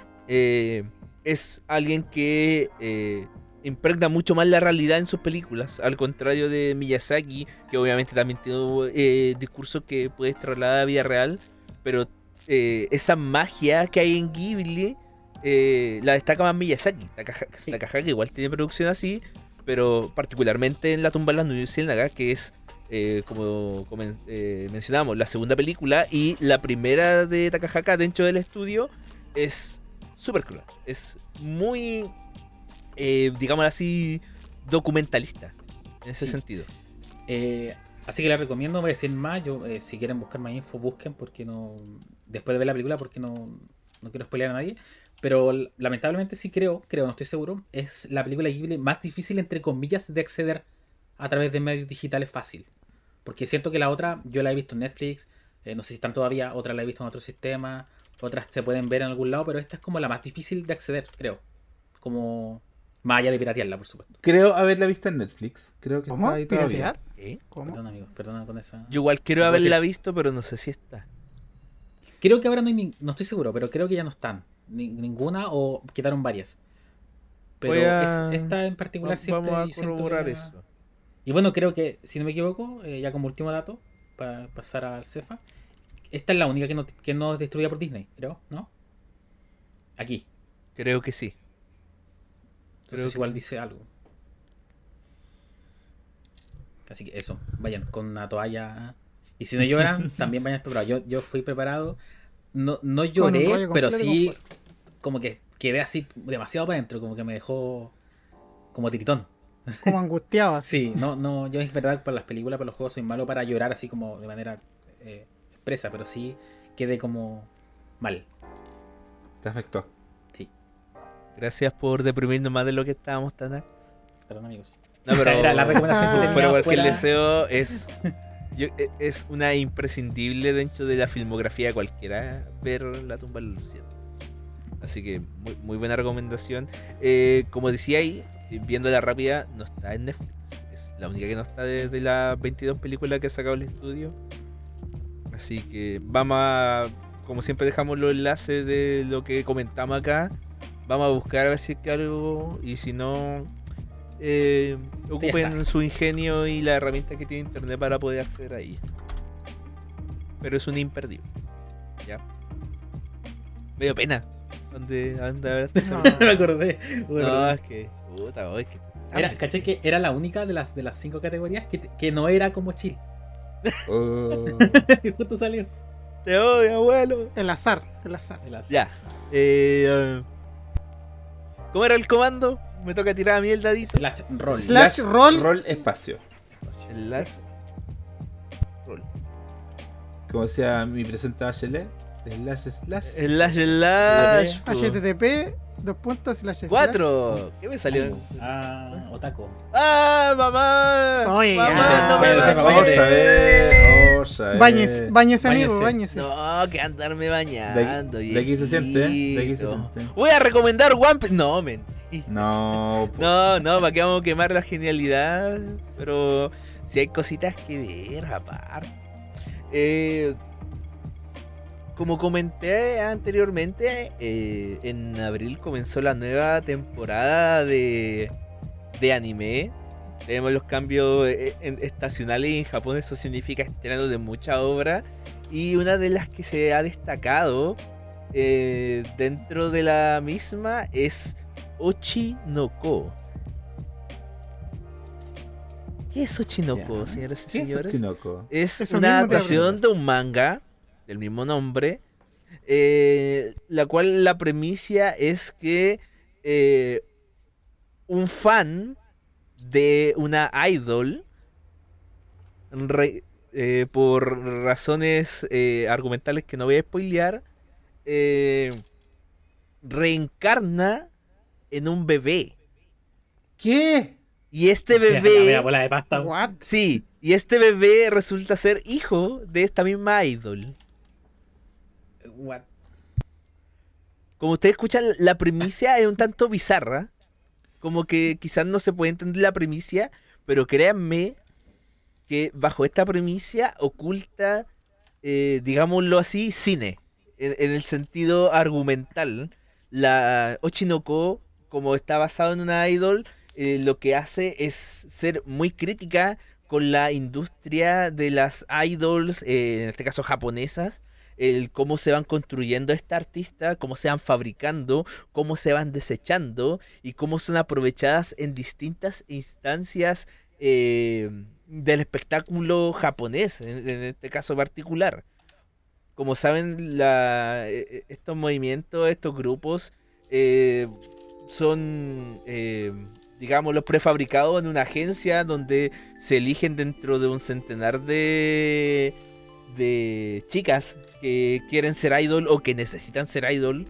es alguien que impregna mucho más la realidad en sus películas, al contrario de Miyazaki, que obviamente también tiene discursos que puedes trasladar a la vida real, pero esa magia que hay en Ghibli la destaca más Miyazaki.
Sí.
Takahata igual tiene producción así, pero particularmente en La tumba de las luciérnagas, que es como mencionamos, la segunda película y la primera de Takahata dentro del estudio, es súper cruel, es muy digamos así, documentalista en ese
Sí.
sentido.
Así que la recomiendo, no voy a decir más. Yo, si quieren buscar más info, busquen, porque no. Después de ver la película, porque no quiero spoilear a nadie. Pero lamentablemente sí creo, no estoy seguro. Es la película Ghibli más difícil, entre comillas, de acceder a través de medios digitales fácil. Porque siento que la otra, yo la he visto en Netflix, no sé si están todavía, otras la he visto en otro sistema, otras se pueden ver en algún lado, pero esta es como la más difícil de acceder, creo. Como más allá de piratearla, por supuesto.
Creo haberla visto en Netflix. Creo que
¿Cómo?
está ahí todavía.
¿Piratear?
¿Qué?
¿Cómo?
Perdón, amigos, perdona con esa.
Yo igual quiero
No puedo
haberla
decir.
visto, pero no sé si está.
Creo que ahora no hay no estoy seguro, pero creo que ya no están. Ninguna o quedaron varias. Pero
Voy a-
esta en particular siempre
Vamos a
yo siento
corroborar
que
eso.
Y bueno, creo que, si no me equivoco, ya como último dato, para pasar al Cefa, esta es la única que no es distribuida por Disney, creo, ¿no? Aquí.
Creo que sí.
Entonces
Creo que
igual
sí.
dice algo. Así que eso, vayan con una toalla. Y si no lloran, también vayan preparados. Yo fui preparado. No lloré,
rollo
pero
completo
sí
con fuego.
como que quedé así demasiado para adentro, como que me dejó como tiritón.
Como angustiado así.
Sí, no, yo es verdad para las películas, para los juegos soy malo para llorar así como de manera expresa, pero sí quedé como mal.
Te afectó.
Sí,
Gracias por deprimirnos más de lo que estábamos tan.
perdón amigos.
No, pero
Era la recomendación que tenía
fuera cualquier
fuera-
deseo es una imprescindible dentro de la filmografía de cualquiera ver La tumba de los luciérnagas. Así que muy, muy buena recomendación. Como decía ahí, viéndola rápida, no está en Netflix. Es la única que no está de las 22 películas que ha sacado el estudio. Así que vamos a como siempre dejamos los enlaces de lo que comentamos acá. Vamos a buscar a ver si es que algo, y si no, ocupen su ingenio y la herramienta que tiene internet para poder acceder a ella. Pero es un imperdible. ¿Ya? Me dio pena. ¿Dónde
No.
Me acordé.
No, es que... Puta, es que...
Era, ¿cachai? Que era la única de las 5 categorías que no era como chill.
Oh.
Justo salió.
Te odio, abuelo.
El azar, el azar.
Ya. ¿Cómo era el comando? Me toca tirar a mí el dadito.
Slash roll.
Slash roll.
Roll espacio.
El lazo. Roll.
Como decía mi presente Bachelet. Slash.
Slash.
HTTP, 2 /
4. ¿Qué me salió?
Otaku.
¡Ah, mamá!
Oye,
Mamá,
ya.
no me
Otra
bañé.
Otra vez.
Báñese, amigo,
Báñese.
báñese.
No, que andarme bañando.
De aquí se siente, de aquí se
viejito.
siente.
Voy a recomendar One Piece. No, mentira.
No, po.
No, para que vamos a quemar la genialidad. Pero si hay cositas que ver, aparte. Como comenté anteriormente, en abril comenzó la nueva temporada de anime. Tenemos los cambios estacionales y en Japón eso significa estreno de mucha obra. Y una de las que se ha destacado dentro de la misma es Ochi no Ko. ¿Qué es Ochi no Ko,
Ya.
señoras y
¿Qué es
señores?
Ochinoco?
Es
Eso
una
mismo te
adaptación de un manga del mismo nombre, la cual la premisa es que un fan de una idol, por razones argumentales que no voy a spoilear, reencarna en un bebé.
¿Qué?
Y este
La
bebé...
bola de pasta.
What?
Sí, y este bebé resulta ser hijo de esta misma idol.
What?
Como ustedes escuchan, la primicia es un tanto bizarra. Como que quizás no se puede entender la primicia, pero créanme que bajo esta primicia oculta, digámoslo así, cine. En el sentido argumental. La Ochinoko, como está basado en una idol, lo que hace es ser muy crítica con la industria de las idols, en este caso japonesas, el cómo se van construyendo esta artista, cómo se van fabricando, cómo se van desechando y cómo son aprovechadas en distintas instancias del espectáculo japonés, en este caso particular. Como saben, estos movimientos, estos grupos son, digamos, los prefabricados en una agencia donde se eligen dentro de un centenar de chicas que quieren ser idol o que necesitan ser idol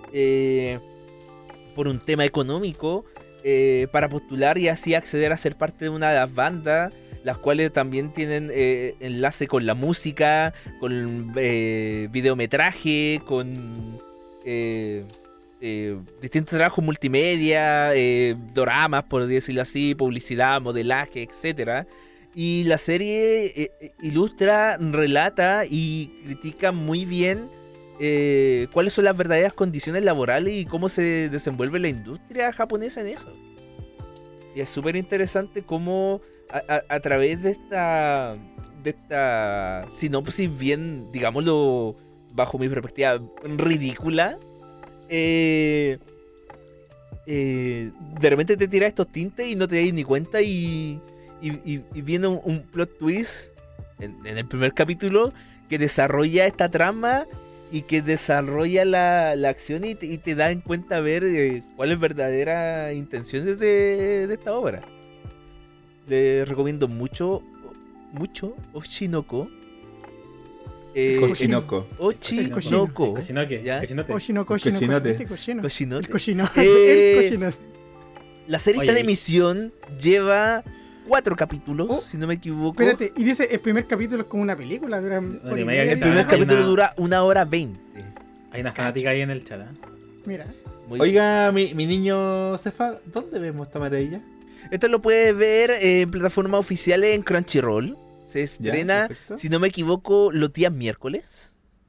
por un tema económico, para postular y así acceder a ser parte de una de las bandas, las cuales también tienen enlace con la música, con videometraje, con distintos trabajos multimedia, doramas, por decirlo así, publicidad, modelaje, etcétera. Y la serie ilustra, relata y critica muy bien cuáles son las verdaderas condiciones laborales y cómo se desenvuelve la industria japonesa en eso. Y es súper interesante cómo a través de esta sinopsis bien, digámoslo, bajo mi perspectiva, ridícula, de repente te tira estos tintes y no te das ni cuenta y viene un plot twist en el primer capítulo que desarrolla esta trama y que desarrolla la acción y te da en cuenta ver cuáles verdaderas intenciones de esta obra. Les recomiendo mucho Oshinoko.
Koshinoko.
Oshinoko.
Cochinoque.
¿Ya?
Cochinote.
Cochinote.
¿Viste? Cochino.
Cochinote.
El cochino.
Eh,
El cochino.
La serie está
Oye,
en emisión, lleva 4 capítulos,
Oh,
si no me equivoco.
Espérate, y dice el primer capítulo es como una película. Dura hora y
media
media.
El primer
Hay
capítulo
una-
dura 1 hora 20.
Hay una fanática ahí en el chat.
Mira,
Muy-
Oiga, mi niño Cefa, ¿dónde vemos esta maravilla?
Esto lo puedes ver en plataformas oficiales en Crunchyroll. Se
Ya,
estrena,
perfecto.
si no me equivoco, los días miércoles.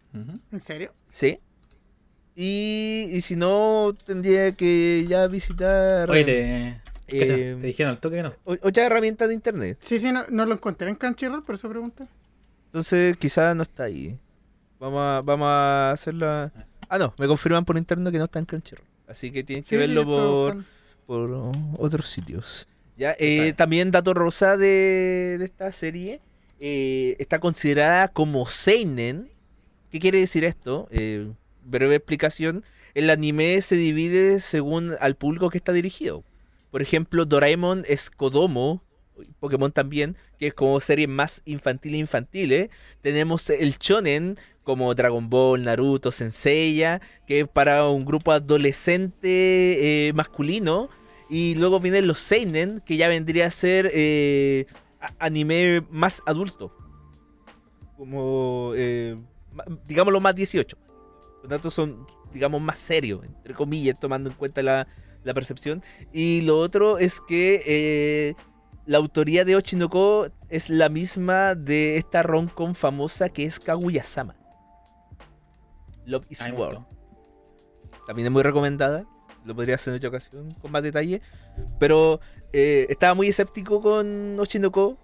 Ujú.
¿En serio?
Sí. Y si no, tendría que ya visitar
Oye, cacha,
eh,
te dijeron al toque que no.
otras herramientas de internet.
Sí, no lo encontré en Crunchyroll, por eso pregunté.
Entonces quizás no está ahí. Vamos a hacerla. Ah, no, me confirman por interno que no está en Crunchyroll. Así que tienen que
Sí,
verlo
estoy buscando.
por otros sitios. Ya,
Exacto.
también dato rosa de esta serie. Está considerada como seinen. ¿Qué quiere decir esto? Breve explicación. El anime se divide según al público que está dirigido. Por ejemplo, Doraemon es Kodomo, Pokémon también, que es como serie más infantiles. Tenemos el shonen como Dragon Ball, Naruto, Senseiya, que es para un grupo adolescente masculino. Y luego vienen los seinen, que ya vendría a ser anime más adulto. Como, digámoslo, más 18. Los datos son, digamos, más serios, entre comillas, tomando en cuenta la percepción. Y lo otro es que la autoría de Oshinoko es la misma de esta rom-com famosa que es Kaguya-sama. Love is
Ay, me
War.
gustó.
También es muy recomendada. Lo podría hacer en otra ocasión con más detalle. Pero estaba muy escéptico con Oshinoko.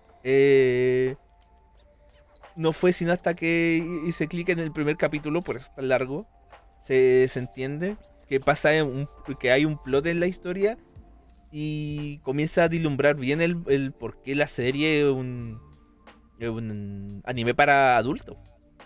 No fue sino hasta que hice clic en el primer capítulo, por eso es tan largo. Se entiende que pasa que hay un plot en la historia y comienza a dilumbrar bien el por qué la serie es un anime para adultos.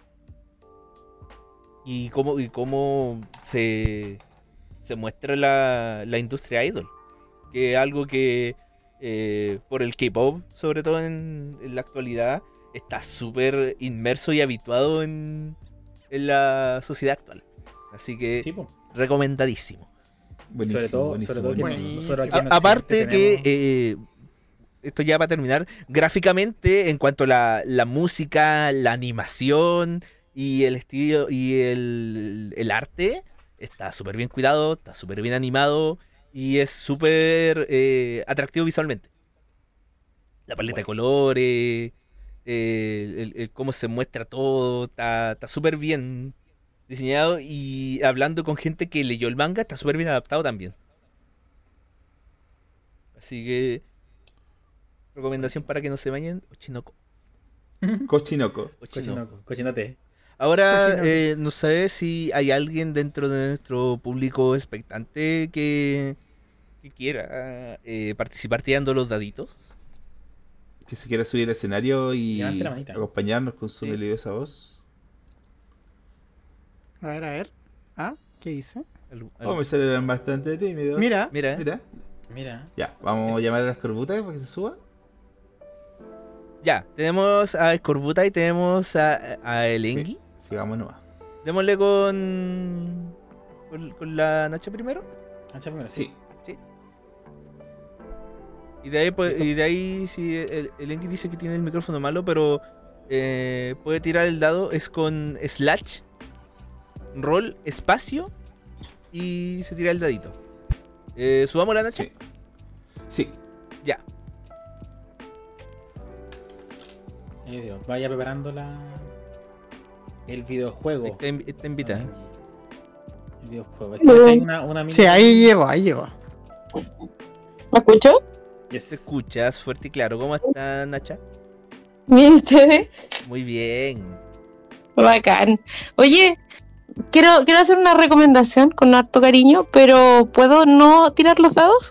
Y cómo se muestra la industria idol. Que es algo que por el K-pop, sobre todo en la actualidad, está súper inmerso y habituado en la sociedad actual. Así que
Sí, po.
recomendadísimo.
Buenísimo,
Sobre todo
buenísimo,
que
buenísimo.
nosotros aquí en
Aparte
Occidente
que esto ya va a terminar, gráficamente, en cuanto a la música, la animación y el estilo y el arte, está súper bien cuidado, está súper bien animado y es súper atractivo visualmente. La paleta de colores, el cómo se muestra todo, está súper bien diseñado, y hablando con gente que leyó el manga, está súper bien adaptado también. Así que recomendación para que no se bañen, Oshinoko.
Cochinoko.
Cochinote.
Ahora,
Oshinoko.
no sé si hay alguien dentro de nuestro público expectante que quiera participar tirando los daditos.
Que se quiera subir al escenario y
Levante la manita.
acompañarnos con su
Sí.
melodiosa voz.
A ver. Ah, ¿qué dice?
Oh, me salieron bastante tímidos.
Mira.
Mira,
Mira.
Ya, vamos a llamar a la escorbuta para que se suba.
ya, tenemos a Escorbuta y tenemos a Elengui.
Sí, sigamos nomás.
Démosle con la Nacha primero.
Ancha primero,
Sí.
sí.
Y de ahí si el Enki dice que tiene el micrófono malo, pero puede tirar el dado, es con slash, roll, espacio, y se tira el dadito. ¿Subamos la Nacha?
Sí. Sí.
Ya.
Dios, vaya preparando el videojuego.
Está invitada.
El videojuego. Es que hay una mini-
Sí, ahí llegó.
¿Me escuchó?
Yes.
Te escuchas fuerte y claro. ¿Cómo está, Nacha?
Bien, ustedes.
Muy bien.
Bacán. Oye, quiero hacer una recomendación con harto cariño, pero ¿puedo no tirar los dados?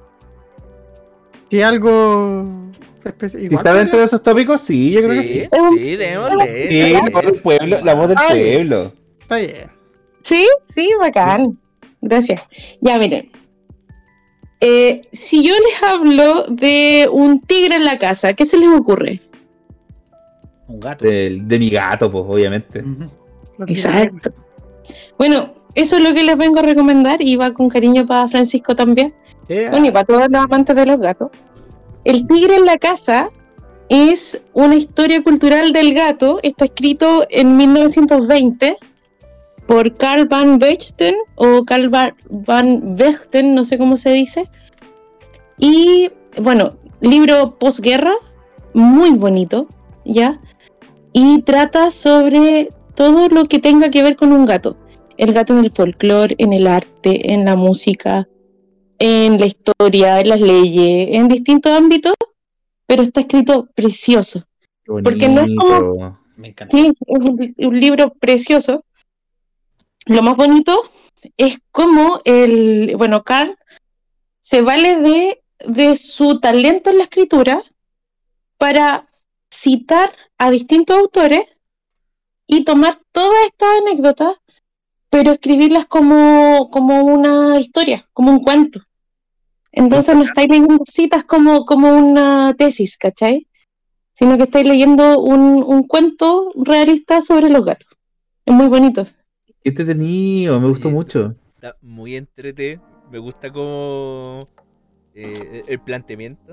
Si algo especial.
Si
Igual.
está dentro de esos tópicos, sí, yo creo que sí.
Sí, démosle.
Sí, la voz del pueblo. La voz del
Ay.
pueblo.
Está bien.
Sí, bacán. Gracias. Ya, miren. Si yo les hablo de un tigre en la casa, ¿qué se les ocurre?
Un gato.
De mi gato, pues, obviamente.
Ujú.
Exacto. Bueno, eso es lo que les vengo a recomendar y va con cariño para Francisco también. Bueno, y para todos los amantes de los gatos. El tigre en la casa es una historia cultural del gato. Está escrito en 1920 por Carl van Vechten o Carl van Vechten, no sé cómo se dice. Y bueno, libro posguerra, muy bonito, ¿ya? Y trata sobre todo lo que tenga que ver con un gato. El gato en el folclore, en el arte, en la música, en la historia, en las leyes, en distintos ámbitos, pero está escrito precioso. Porque no es como...
Me encanta.
Sí, es un libro precioso. Lo más bonito es como Carl se vale de su talento en la escritura para citar a distintos autores y tomar todas estas anécdotas, pero escribirlas como una historia, como un cuento. Entonces no estáis leyendo citas como una tesis, ¿cachai? Sino que estáis leyendo un cuento realista sobre los gatos. Es muy bonito.
Qué entretenido, me gustó mucho.
Está muy entrete. Me gusta como el planteamiento.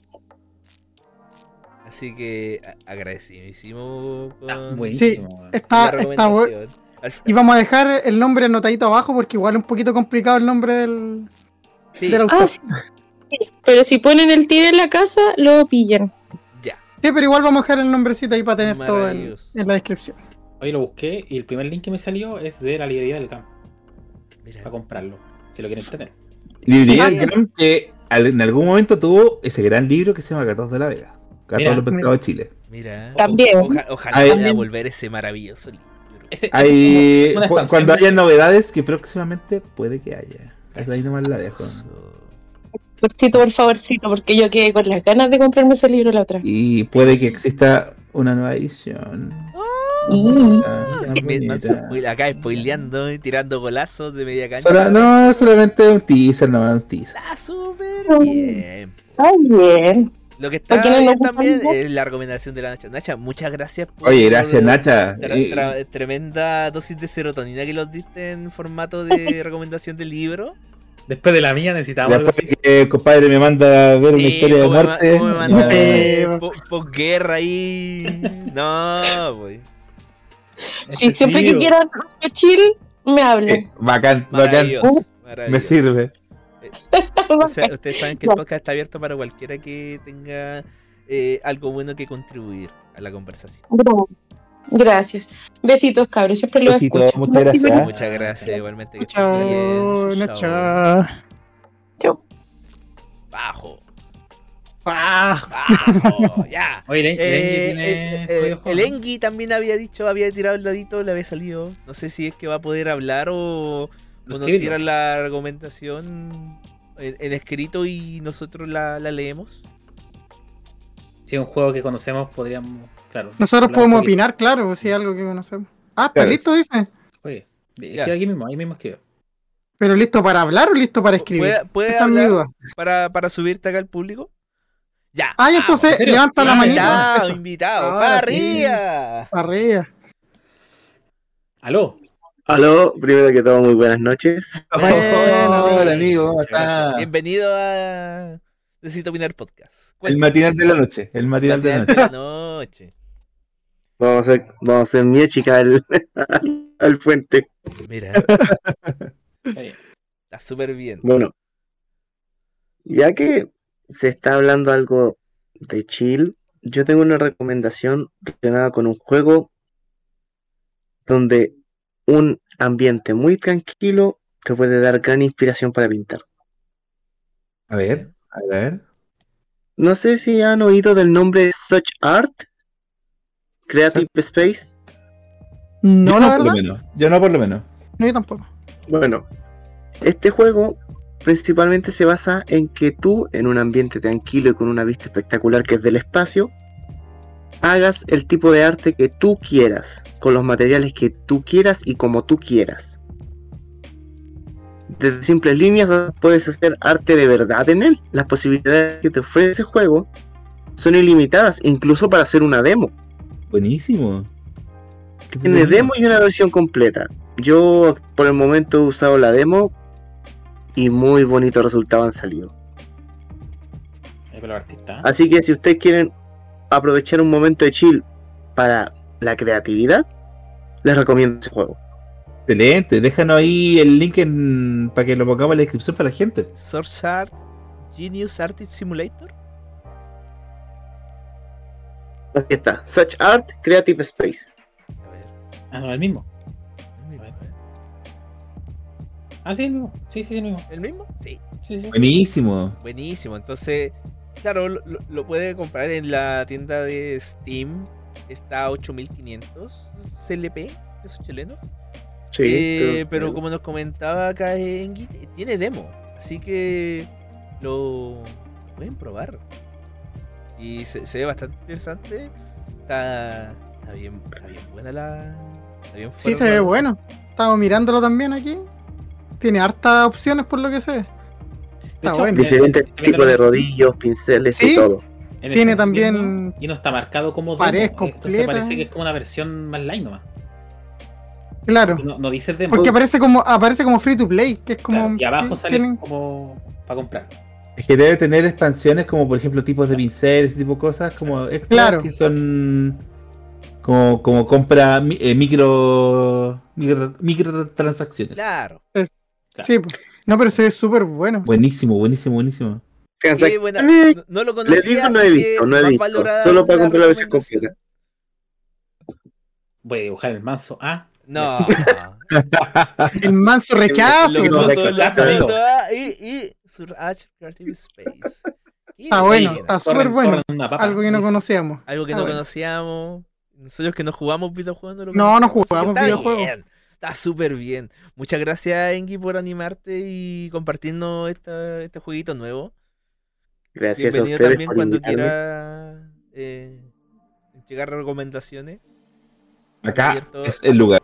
Así que agradecidísimo con
Buenísimo.
Sí, está bueno. Y vamos a dejar el nombre anotadito abajo porque igual es un poquito complicado el nombre del autor.
Sí. Pero si ponen el tigre en la casa, lo pillan.
Ya.
Sí, pero igual vamos a dejar el nombrecito ahí para tener todo en la descripción.
Hoy lo busqué y el primer link que me salió es de la librería del campo.
Mira.
Para comprarlo, si lo quieren tener.
Librería del campo que en algún momento tuvo ese gran libro que se llama Gatos de la Vega. Gatos de los Pescados de Chile.
Mira.
También.
Ojalá pueda volver ese maravilloso libro.
Cuando haya novedades que próximamente puede que haya. Ahí nomás la dejo.
Por favorcito, porque yo quedé con las ganas de comprarme ese libro la otra.
Y puede que exista una nueva edición.
Acá spoileando y tirando golazos de media cancha.
Solamente un teaser, no un teaser.
Está súper bien.
Está bien.
Lo que está bien también es la recomendación de la Nacha. Nacha, muchas gracias por...
Oye, gracias Nacha.
Tremenda dosis de serotonina que los diste en formato de recomendación del libro.
Después de la mía necesitamos algo así.
Que compadre me manda a ver una historia de muerte.
¿Cómo me manda posguerra ahí? No, güey.
Sí, siempre que quieran que chill, me hablen.
Bacán.
Maravilloso.
Me sirve.
Ustedes saben que el podcast está abierto para cualquiera que tenga algo bueno que contribuir a la conversación.
Gracias. Besitos, cabros. Siempre lo escucho.
Muchas gracias.
Muchas gracias, igualmente.
Chao.
Chao.
Bajo. Ya.
Oye,
el Engi también había tirado el dadito, le había salido. No sé si es que va a poder hablar o nos tira la argumentación en escrito y nosotros la leemos.
Si es un juego que conocemos, podríamos, claro.
Nosotros podemos opinar, claro, si es algo que conocemos. ¿Está listo, dice?
Oye, ahí mismo escribo.
¿Pero listo para hablar o listo para escribir?
¿Puedes hablar para subirte acá al público? Ya.
Entonces levanta la manita.
Invitado. ¡Para arriba!
¡Para arriba!
Aló, primero que todo, muy buenas noches.
Hola, amigo, ¿cómo estás?
Bienvenido a Necesito Opinar Podcast.
El matinal de la noche.
Vamos a hacer mi chica al puente.
Mira. Está súper bien.
Bueno, ya que se está hablando algo de chill, yo tengo una recomendación relacionada con un juego donde un ambiente muy tranquilo te puede dar gran inspiración para pintar.
A ver.
No sé si han oído del nombre Such Art, Creative Space.
No, la verdad.
Yo no, por lo menos.
No, yo tampoco.
Bueno, este juego principalmente se basa en que tú, en un ambiente tranquilo y con una vista espectacular que es del espacio, hagas el tipo de arte que tú quieras, con los materiales que tú quieras y como tú quieras. Desde simples líneas puedes hacer arte de verdad en él. Las posibilidades que te ofrece ese juego son ilimitadas, incluso para hacer una demo.
Buenísimo.
Tiene demo y una versión completa. Yo por el momento he usado la demo y muy bonitos resultados han salido. Así que si ustedes quieren aprovechar un momento de chill para la creatividad, les recomiendo ese juego.
Excelente, déjanos ahí el link para que lo pongamos en la descripción para la gente.
Source Art Genius Artist Simulator.
Aquí está, Such Art Creative Space.
Ah, no, el mismo.
El mismo,
Ah, sí, el mismo. Sí, el mismo.
¿El mismo? Sí.
Sí.
Buenísimo.
Buenísimo. Entonces, claro, lo puede comprar en la tienda de Steam. Está a 8500 CLP, pesos chilenos.
Sí,
pero como nos comentaba acá Engi, tiene demo. Así que lo pueden probar. Y se ve bastante interesante. Está bien buena la. Está bien
Sí, se ve bueno. Estamos mirándolo también aquí. Tiene hartas opciones por lo que sé. Está bueno.
Diferentes tipos de rodillos, pinceles
¿Sí?
Y todo.
Tiene también.
Y no está marcado como
pared
demo.
completa.
Entonces parece que es como una versión más light nomás.
Claro.
No dice demo.
Porque aparece como free to play, que es como.
Claro, y abajo sale
tienen...
como para comprar.
Es que debe tener expansiones como por ejemplo tipos de pinceles, ese tipo de cosas como extras
Claro.
que son como compra microtransacciones.
Claro.
Sí, no, pero se ve súper bueno.
Buenísimo.
Qué buena. No lo conocía.
Les digo, no he visto. Solo para comprar la versión completa.
Voy a dibujar el manso A.
No.
El manso rechazo.
Y Surge Creative Space.
Está bueno, está súper bueno. Algo que no conocíamos.
Algo que no conocíamos. Nosotros que no jugamos videojuegos.
No jugamos videojuegos.
Está súper bien. Muchas gracias, Engi, por animarte y compartirnos este jueguito nuevo.
Gracias.
Bienvenido
a ustedes
también
por
cuando
invitarme.
quiera llegar a recomendaciones.
Acá es el lugar.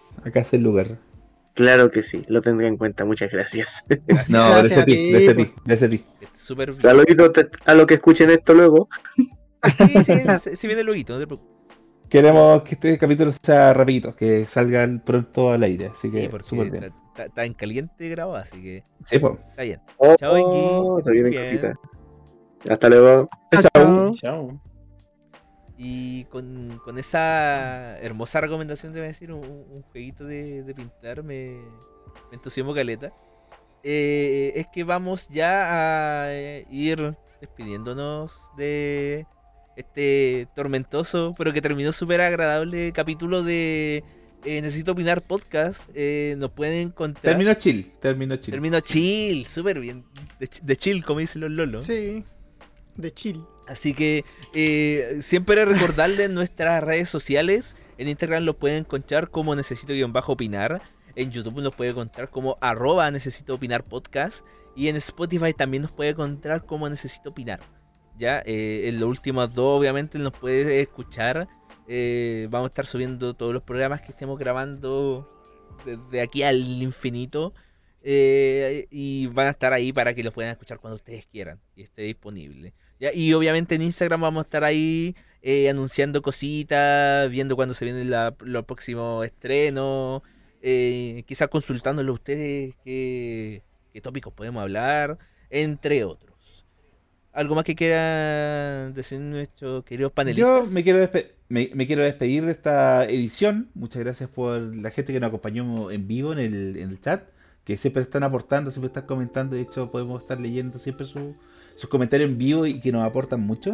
Claro que sí, lo tendré en cuenta. Muchas gracias.
No, gracias a ti.
Súper bien.
Saluditos a los que escuchen esto luego.
Sí viene luego, no te preocupes.
Queremos que este capítulo sea rapidito, que salga pronto al aire, así que súper bien.
Está en caliente grabado, así que
sí, pues.
está bien.
Chao,
Engi.
se vienen cositas. Hasta luego.
Chao.
Y con esa hermosa recomendación, te voy a decir, un jueguito de pintar me entusiasmó caleta. Es que vamos ya a ir despidiéndonos de este tormentoso, pero que terminó súper agradable capítulo de Necesito Opinar Podcast. Nos pueden encontrar.
Terminó chill.
Terminó chill, súper bien. De chill, como dicen los lolos.
Sí, de chill.
Así que siempre recordarles nuestras redes sociales. En Instagram los pueden encontrar como Necesito-Opinar. En YouTube nos puede encontrar como @Necesito Opinar Podcast. Y en Spotify también nos puede encontrar como Necesito Opinar. Ya, en los últimos dos obviamente nos puede escuchar. Vamos a estar subiendo todos los programas que estemos grabando desde aquí al infinito. Y van a estar ahí para que los puedan escuchar cuando ustedes quieran y esté disponible. ¿Ya? Y obviamente en Instagram vamos a estar ahí anunciando cositas, viendo cuándo se vienen los próximos estrenos, quizás consultándolo a ustedes qué tópicos podemos hablar, entre otros. ¿Algo más que quieran decir nuestros queridos panelistas?
Yo me quiero despedir de esta edición. Muchas gracias por la gente que nos acompañó en vivo en el chat, que siempre están aportando, siempre están comentando. De hecho, podemos estar leyendo siempre sus comentarios en vivo y que nos aportan mucho.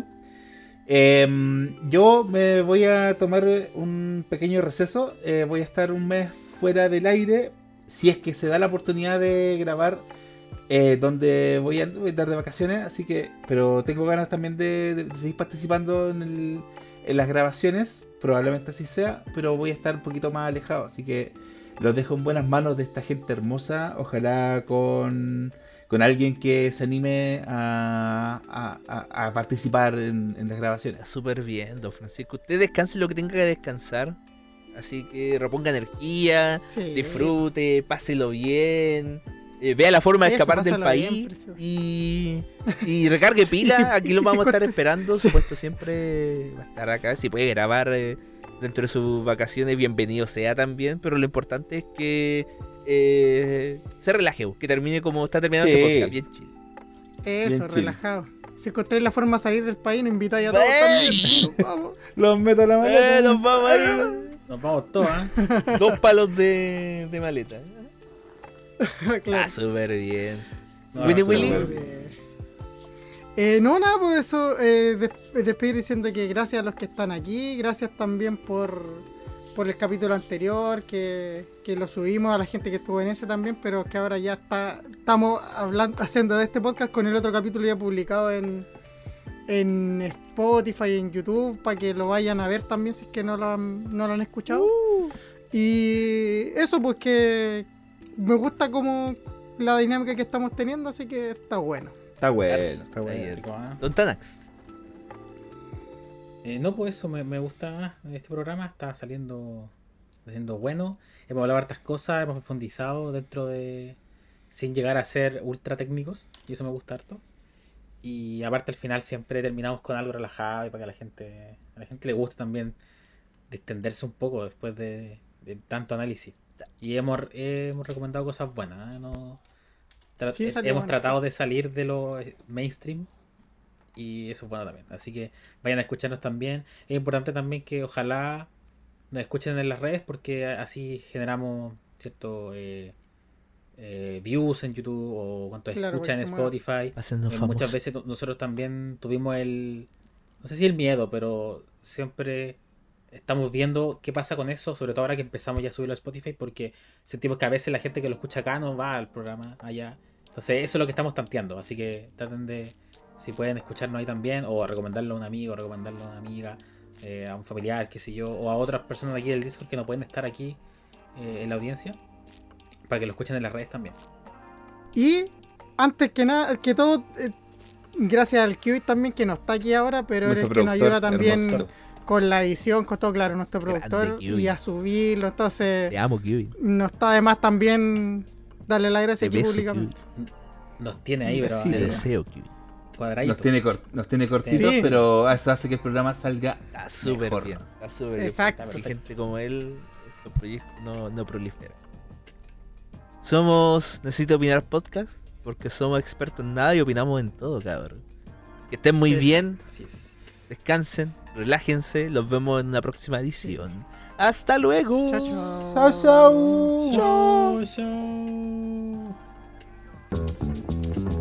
Yo me voy a tomar un pequeño receso. Voy a estar un mes fuera del aire, si es que se da la oportunidad de grabar donde voy a dar de vacaciones. Así que, pero tengo ganas también de seguir participando en las grabaciones. Probablemente así sea, pero voy a estar un poquito más alejado. Así que los dejo en buenas manos de esta gente hermosa. Ojalá con alguien que se anime a participar en las grabaciones.
Súper bien, don Francisco. Usted descanse lo que tenga que descansar. Así que reponga energía, disfrute, páselo bien. Vea la forma de escapar del país y recargue pila. Aquí lo vamos a estar esperando. Supuesto, siempre va a estar acá. Si puede grabar dentro de sus vacaciones, bienvenido sea también. Pero lo importante es que se relaje, que termine como está terminando este podcast, bien chill.
Eso,
bien
relajado. Chill. Si encontráis la forma de salir del país, nos invitáis a todos también. Vamos.
Los meto a la maleta.
Nos vamos ahí.
Nos vamos todos,
2 palos de maleta.
Claro.
Súper bien.
Winnie
Willy.
No, nada, pues eso. Despedir diciendo que gracias a los que están aquí. Gracias también por por el capítulo anterior, que lo subimos a la gente que estuvo en ese también, pero que ahora ya estamos haciendo de este podcast con el otro capítulo ya publicado en Spotify, en YouTube, para que lo vayan a ver también si es que no lo han escuchado. Y eso, pues que me gusta como la dinámica que estamos teniendo, así que está bueno.
Está bueno.
Don Tanax.
No, pues eso me gusta este programa, está siendo bueno. Hemos hablado de hartas cosas, hemos profundizado dentro de, sin llegar a ser ultra técnicos, y eso me gusta harto. Y aparte al final siempre terminamos con algo relajado y para que a la gente le guste también distenderse un poco después de tanto análisis. Y hemos recomendado cosas buenas, ¿eh? Hemos tratado de salir de lo mainstream. Y eso es bueno también. Así que vayan a escucharnos también. Es importante también que ojalá nos escuchen en las redes, porque así generamos cierto views en YouTube o cuántos escuchan en Spotify. Muchas veces nosotros también tuvimos no sé si el miedo, pero siempre estamos viendo qué pasa con eso, sobre todo ahora que empezamos ya a subirlo a Spotify, porque sentimos que a veces la gente que lo escucha acá no va al programa allá. Entonces eso es lo que estamos tanteando. Así que traten de, si pueden escucharnos ahí también, o recomendarlo a un amigo, recomendarlo a una amiga, a un familiar, qué sé yo, o a otras personas de aquí del Discord que no pueden estar aquí en la audiencia, para que lo escuchen en las redes también.
Y antes que nada, que todo, gracias al Kiwi también, que no está aquí ahora, pero es el que nos ayuda también hermoso con la edición, con todo, claro, nuestro productor, y a subirlo. Entonces,
te amo, Kiwi.
No está de más también darle la gracia aquí públicamente.
Nos tiene ahí, pero
te deseo, Kiwi.
Cuadradito.
Nos tiene cortitos, sí, pero eso hace que el programa salga
súper bien. Está súper bien.
Exacto.
Si gente como él, estos proyectos no proliferan. Somos Necesito Opinar Podcast, porque somos expertos en nada y opinamos en todo, cabrón. Que estén muy bien.
Así es.
Descansen, relájense. Los vemos en una próxima edición. ¡Hasta luego!
Chao,
chao. Chao, chao.